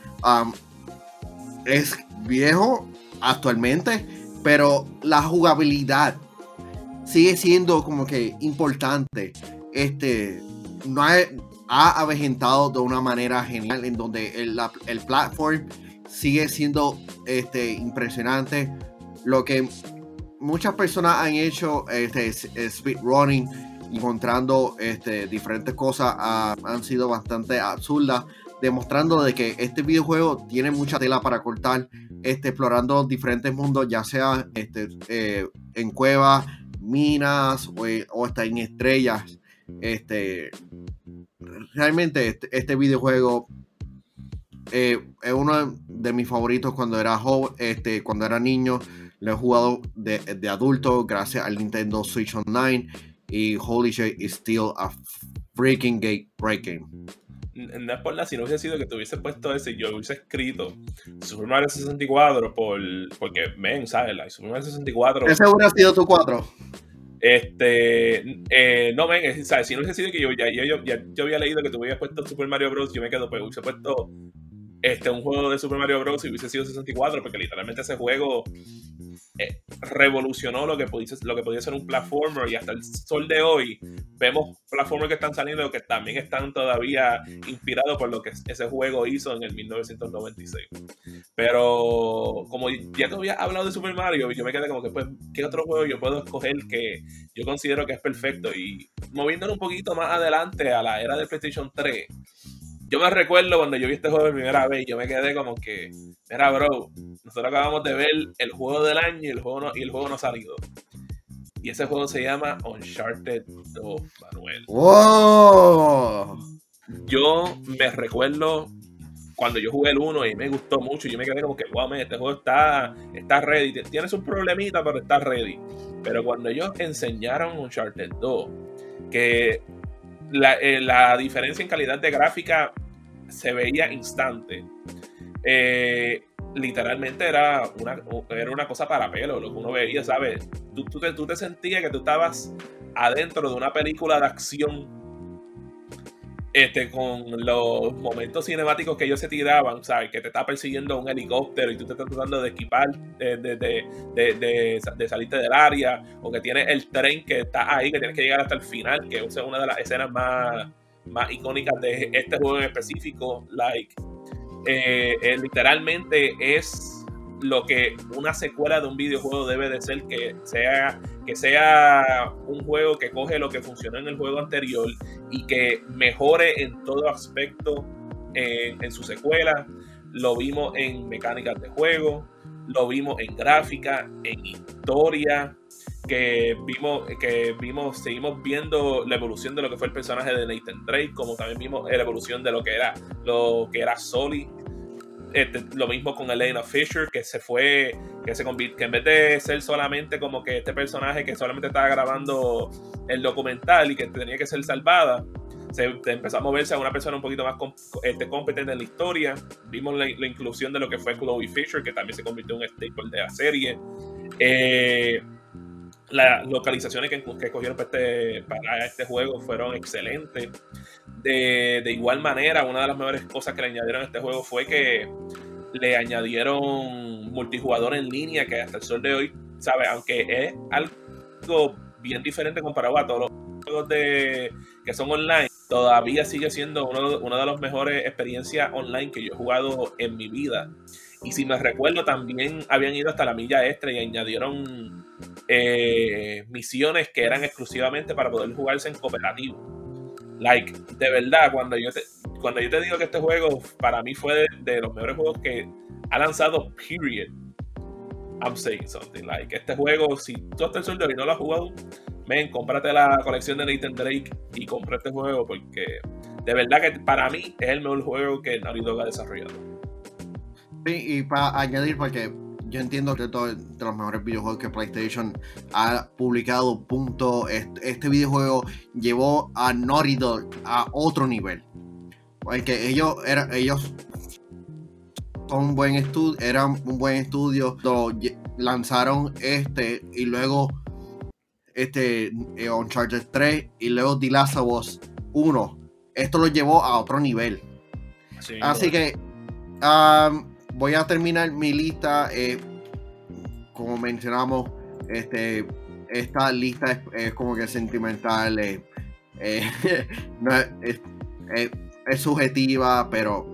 Es viejo actualmente, pero la jugabilidad sigue siendo como que importante. No ha avejentado de una manera genial, en donde el platform sigue siendo impresionante. Lo que muchas personas han hecho speedrunning, encontrando diferentes cosas, han sido bastante absurdas, demostrando de que este videojuego tiene mucha tela para cortar, explorando diferentes mundos, ya sea en cuevas, minas o hasta en estrellas. Realmente este videojuego es uno de mis favoritos cuando era joven, cuando era niño. Lo he jugado de adulto gracias al Nintendo Switch Online, y holy shit, it's still a freaking gate breaking. No es por nada, si no hubiese sido que te hubiese puesto ese, yo hubiese escrito Super Mario 64 porque, ¿sabes? Super Mario 64... ¿Ese hubiera sido tu 4? No, ¿sabes? Si no hubiese sido que yo había leído que tú hubieras puesto Super Mario Bros., yo me quedo, pues hubiese puesto un juego de Super Mario Bros. Y hubiese sido 64, porque literalmente ese juego revolucionó lo que podía ser un platformer, y hasta el sol de hoy vemos platformers que están saliendo que también están todavía inspirados por lo que ese juego hizo en el 1996. Pero como ya te había hablado de Super Mario, yo me quedé como que, pues, ¿qué otro juego yo puedo escoger que yo considero que es perfecto? Y moviéndolo un poquito más adelante a la era de PlayStation 3, yo me recuerdo cuando yo vi este juego por primera vez, yo me quedé como que, mira, bro, nosotros acabamos de ver el juego del año y el juego no ha salido. Y ese juego se llama Uncharted 2, Manuel. ¡Wow! Yo me recuerdo cuando yo jugué el 1 y me gustó mucho, yo me quedé como que, wow, man, este juego está ready. Tienes un problemita, pero está ready. Pero cuando ellos enseñaron Uncharted 2, que la diferencia en calidad de gráfica se veía instante. Literalmente era una cosa para pelo, lo que uno veía, ¿sabes? Tú te sentías que tú estabas adentro de una película de acción, con los momentos cinemáticos que ellos se tiraban, ¿sabes? Que te está persiguiendo un helicóptero y tú te estás tratando de equipar, de salirte del área, o que tienes el tren que está ahí, que tienes que llegar hasta el final, que es una de las escenas más icónicas de este juego en específico. Literalmente es lo que una secuela de un videojuego debe de ser, que sea un juego que coge lo que funcionó en el juego anterior y que mejore en todo aspecto en su secuela. Lo vimos en mecánicas de juego, lo vimos en gráfica, en historia, seguimos viendo la evolución de lo que fue el personaje de Nathan Drake, como también vimos la evolución de lo que era Sully. Lo mismo con Elena Fisher, que en vez de ser solamente como que este personaje que solamente estaba grabando el documental y que tenía que ser salvada, empezó a moverse a una persona un poquito más competente en la historia. Vimos la inclusión de lo que fue Chloe Fisher, que también se convirtió en un staple de la serie. Las localizaciones que escogieron para este juego fueron excelentes. De igual manera, una de las mejores cosas que le añadieron a este juego fue que le añadieron multijugador en línea, que hasta el sol de hoy, ¿sabes? Aunque es algo bien diferente comparado a todos los juegos que son online, todavía sigue siendo una de las mejores experiencias online que yo he jugado en mi vida. Y si me recuerdo, también habían ido hasta la milla extra y añadieron misiones que eran exclusivamente para poder jugarse en cooperativo. De verdad, cuando yo te digo que este juego para mí fue de los mejores juegos que ha lanzado, period, I'm saying something. Este juego, si tú hasta el sol de hoy no lo has jugado, cómprate la colección de Nathan Drake y compra este juego, porque de verdad que para mí es el mejor juego que Naughty Dog ha desarrollado. Sí, y para añadir, porque yo entiendo que todos de los mejores videojuegos que PlayStation ha publicado, este videojuego llevó a Naughty Dog a otro nivel. Porque ellos son eran un buen estudio, lanzaron y luego Uncharted 3 y luego The Last of Us 1. Esto lo llevó a otro nivel. Sí, así que voy a terminar mi lista. Como mencionamos, esta lista es como que sentimental, no es subjetiva, pero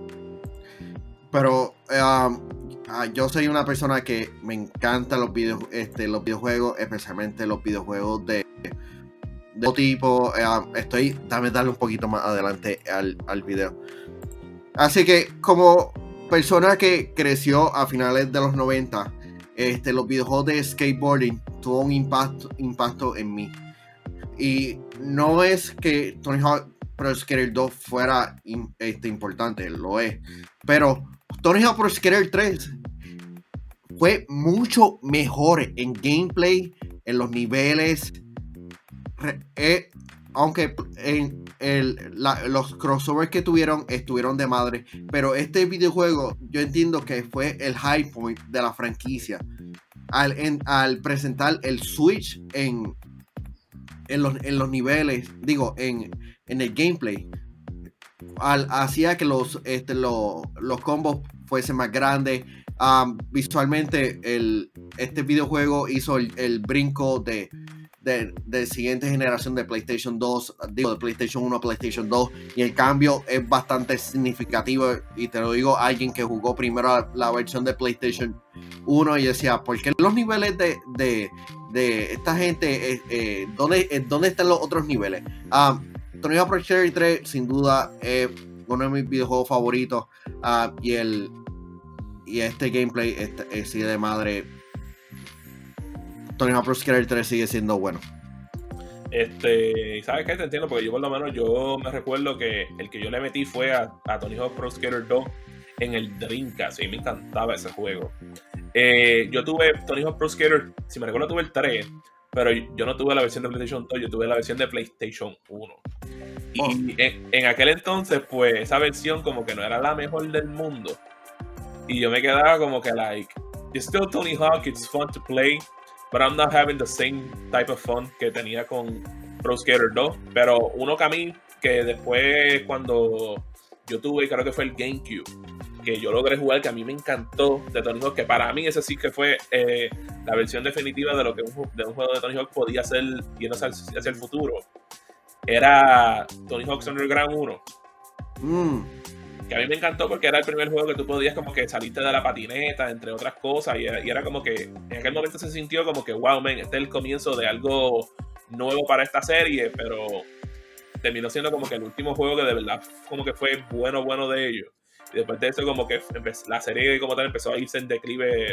yo soy una persona que me encantan los videojuegos, especialmente los videojuegos de todo tipo. Dame darle un poquito más adelante al video. Así que, como persona que creció a finales de los 90, los videojuegos de skateboarding tuvo un impacto en mí. Y no es que Tony Hawk Pro Skater 2 fuera importante, lo es. Pero Tony Hawk Pro Skater 3 fue mucho mejor en gameplay, en los niveles. Aunque los crossovers que estuvieron de madre, pero este videojuego yo entiendo que fue el high point de la franquicia al presentar el switch en los niveles, digo, en el gameplay. Hacía que los combos fuesen más grandes. Visualmente este videojuego hizo el brinco de siguiente generación de PlayStation 2, de PlayStation 1 a PlayStation 2, y el cambio es bastante significativo, y te lo digo alguien que jugó primero la versión de PlayStation 1 y decía, ¿por qué los niveles de esta gente, ¿dónde están los otros niveles? Tony Hawk Pro Skater 3 sin duda es uno de mis videojuegos favoritos, y este gameplay sigue de madre. Tony Hawk Pro Skater 3 sigue siendo bueno. ¿Sabes qué? Te entiendo, porque yo por lo menos me recuerdo que el que yo le metí fue a Tony Hawk Pro Skater 2 en el Dreamcast. Y me encantaba ese juego. Yo tuve Tony Hawk Pro Skater, si me recuerdo tuve el 3, pero yo no tuve la versión de PlayStation 2, yo tuve la versión de PlayStation 1. Y en aquel entonces, pues, esa versión como que no era la mejor del mundo. Y yo me quedaba como que, like, it's still Tony Hawk, it's fun to play, but I'm not having the same type of fun que tenía con Pro Skater 2. Pero uno que a mí, que después cuando yo tuve, creo que fue el GameCube, que yo logré jugar, que a mí me encantó de Tony Hawk, que para mí ese sí que fue la versión definitiva de lo que de un juego de Tony Hawk podía ser yendo hacia el futuro, era Tony Hawk's Underground 1. Que a mí me encantó porque era el primer juego que tú podías como que salirte de la patineta, entre otras cosas, y era como que en aquel momento se sintió como que wow, man, este es el comienzo de algo nuevo para esta serie, pero terminó siendo como que el último juego que de verdad como que fue bueno de ellos. Y después de eso como que la serie como tal empezó a irse en declive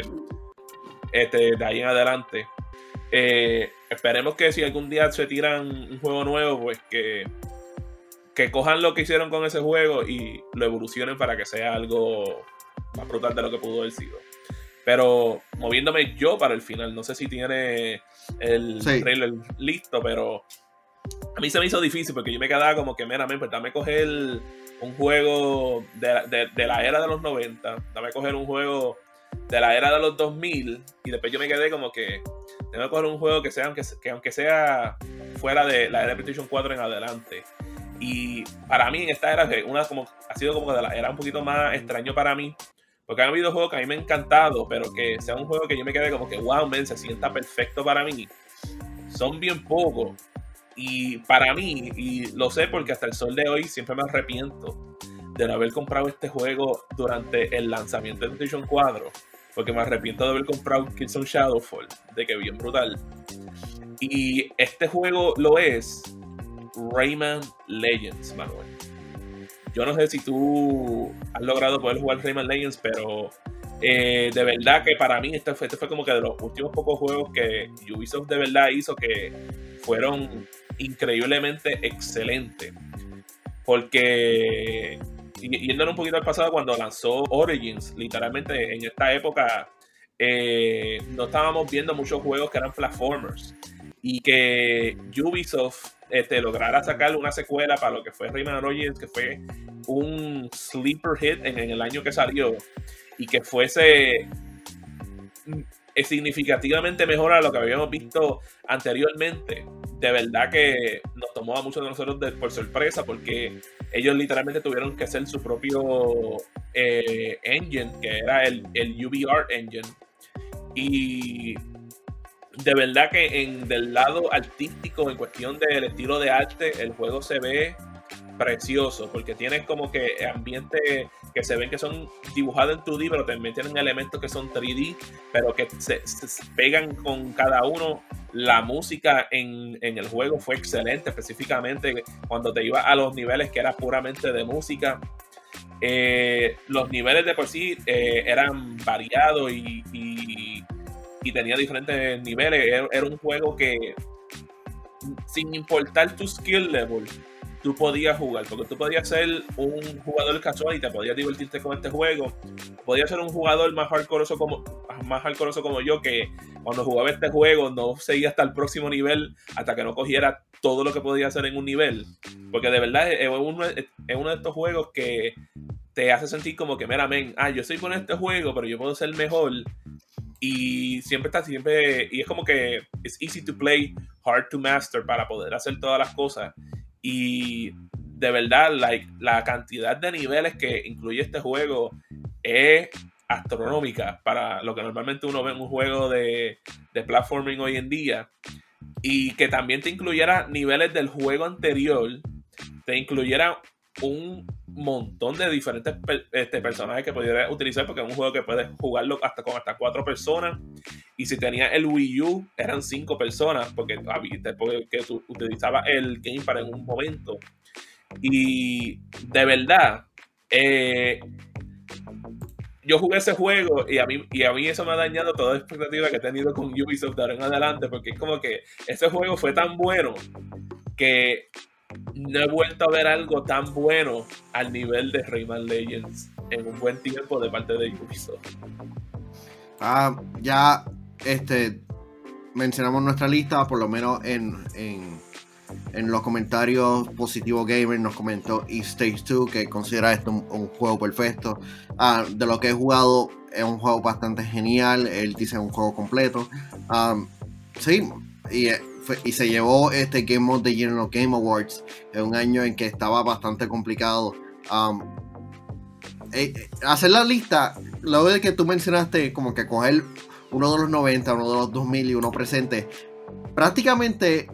de ahí en adelante. Esperemos que si algún día se tiran un juego nuevo, pues que cojan lo que hicieron con ese juego y lo evolucionen para que sea algo más brutal de lo que pudo haber sido. Pero moviéndome yo para el final, no sé si tiene el trailer listo, pero a mí se me hizo difícil porque yo me quedaba como que, mira, pues dame coger un juego de la era de los 90, dame coger un juego de la era de los 2000, y después yo me quedé como que tengo que coger un juego que aunque sea fuera de la era de PlayStation 4 en adelante. Y para mí en esta era ha sido como de la era un poquito más extraño para mí, porque han habido juegos que a mí me han encantado, pero que sea un juego que yo me quedé como que wow, man, se sienta perfecto para mí, son bien pocos. Y para mí, y lo sé porque hasta el sol de hoy siempre me arrepiento de no haber comprado este juego durante el lanzamiento de PlayStation 4, porque me arrepiento de haber comprado Killzone Shadowfall, de que bien brutal. Y este juego lo es Rayman Legends, Manuel. Yo no sé si tú has logrado poder jugar Rayman Legends, pero de verdad que para mí este fue como que de los últimos pocos juegos que Ubisoft de verdad hizo que fueron increíblemente excelentes. Porque yéndonos un poquito al pasado, cuando lanzó Origins, literalmente en esta época no estábamos viendo muchos juegos que eran platformers, y que Ubisoft lograra sacar una secuela para lo que fue Rayman Origins, que fue un sleeper hit en el año que salió, y que fuese significativamente mejor a lo que habíamos visto anteriormente. De verdad que nos tomó a muchos de nosotros por sorpresa, porque ellos literalmente tuvieron que hacer su propio engine, que era el UbiArt Engine. Y de verdad que del lado artístico, en cuestión del estilo de arte, el juego se ve precioso, porque tienes como que ambientes que se ven que son dibujados en 2D, pero también tienen elementos que son 3D, pero que se pegan con cada uno. La música en el juego fue excelente, específicamente cuando te ibas a los niveles que era puramente de música. Los niveles de por sí eran variados y tenía diferentes niveles. Era un juego que, sin importar tu skill level, tú podías jugar, porque tú podías ser un jugador casual y te podías divertirte con este juego. Podías ser un jugador más hardcoreoso como yo, que cuando jugaba este juego no seguía hasta el próximo nivel hasta que no cogiera todo lo que podía hacer en un nivel, porque de verdad es uno de estos juegos que te hace sentir como que, mira, men, yo soy con este juego, pero yo puedo ser mejor. Y y es como que it's easy to play, hard to master, para poder hacer todas las cosas. Y de verdad, la cantidad de niveles que incluye este juego es astronómica para lo que normalmente uno ve en un juego de platforming hoy en día. Y que también te incluyera niveles del juego anterior, te incluyera un montón de diferentes personajes que pudieras utilizar, porque es un juego que puedes jugarlo con hasta 4 personas, y si tenías el Wii U eran 5 personas, porque tú utilizabas el gamepad en un momento. Y de verdad yo jugué ese juego y a mí eso me ha dañado toda la expectativa que he tenido con Ubisoft de ahora en adelante, porque es como que ese juego fue tan bueno que no he vuelto a ver algo tan bueno al nivel de Rayman Legends en un buen tiempo de parte de Ubisoft. Ya mencionamos nuestra lista, por lo menos en los comentarios Positivo Gamer nos comentó Stage 2 que considera esto un juego perfecto. De lo que he jugado, es un juego bastante genial. Él dice un juego completo. Sí, y se llevó este Game of the Year en los Game Awards en un año en que estaba bastante complicado. Hacer la lista, luego de que tú mencionaste como que coger uno de los 90, uno de los 2000 y uno presente, prácticamente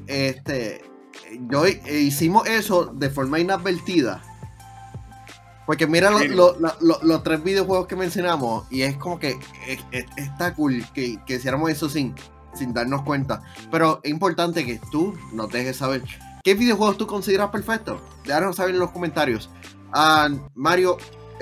hicimos eso de forma inadvertida, porque mira los 3 videojuegos que mencionamos y es como que está cool que hiciéramos eso sin darnos cuenta, pero es importante que tú nos dejes saber qué videojuegos tú consideras perfectos. Déjanos saber en los comentarios. Mario,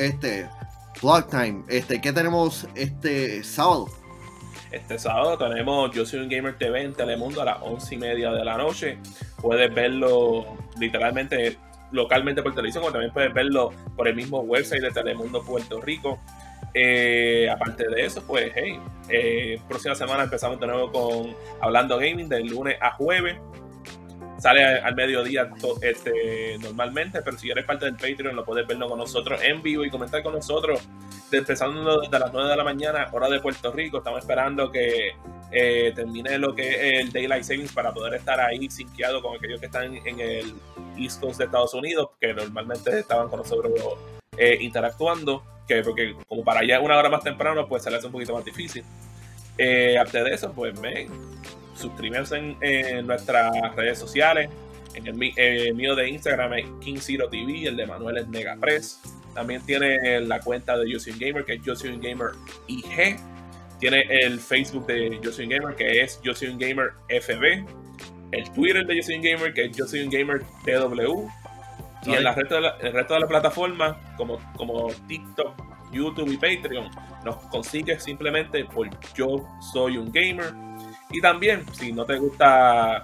Vlog Time, ¿qué tenemos este sábado? Este sábado tenemos Yo Soy un Gamer TV en Telemundo a las 11:30 de la noche. Puedes verlo literalmente localmente por televisión, o también puedes verlo por el mismo website de Telemundo Puerto Rico. Aparte de eso, pues próxima semana empezamos de nuevo con Hablando Gaming de lunes a jueves. Sale al mediodía normalmente, pero si eres parte del Patreon lo puedes verlo con nosotros en vivo y comentar con nosotros empezando desde las 9 de la mañana, hora de Puerto Rico. Estamos esperando que termine lo que es el Daylight Savings para poder estar ahí sinqueado con aquellos que están en el East Coast de Estados Unidos, que normalmente estaban con nosotros interactuando, porque como para allá una hora más temprano, pues se le hace un poquito más difícil. Aparte de eso, pues suscribirse en nuestras redes sociales. En el mío de Instagram es KingZeroTV, el de Manuel es Negapress. También tiene la cuenta de Yo Soy un Gamer, que es Yo Soy un Gamer IG. Tiene el Facebook de Yo Soy un Gamer, que es Yo Soy un Gamer FB. El Twitter de Yo Soy un Gamer, que es Yo Soy un Gamer TW. Y en el resto de las plataformas, como TikTok, YouTube y Patreon, nos consigues simplemente por Yo Soy un Gamer. Y también, si no te gusta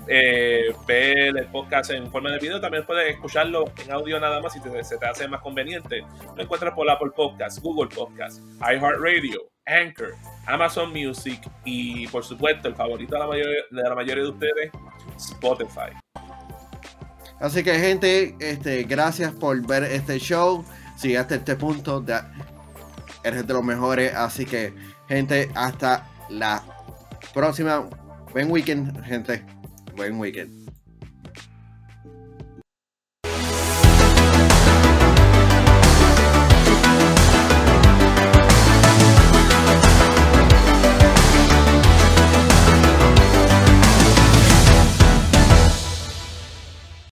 ver el podcast en forma de video, también puedes escucharlo en audio nada más si se te hace más conveniente. Lo encuentras por Apple Podcasts, Google Podcasts, iHeartRadio, Anchor, Amazon Music y, por supuesto, el favorito de la mayoría de ustedes, Spotify. Así que, gente, gracias por ver este show. Si hasta este punto eres de los mejores. Así que, gente, hasta la próxima. Buen weekend, gente. Buen weekend.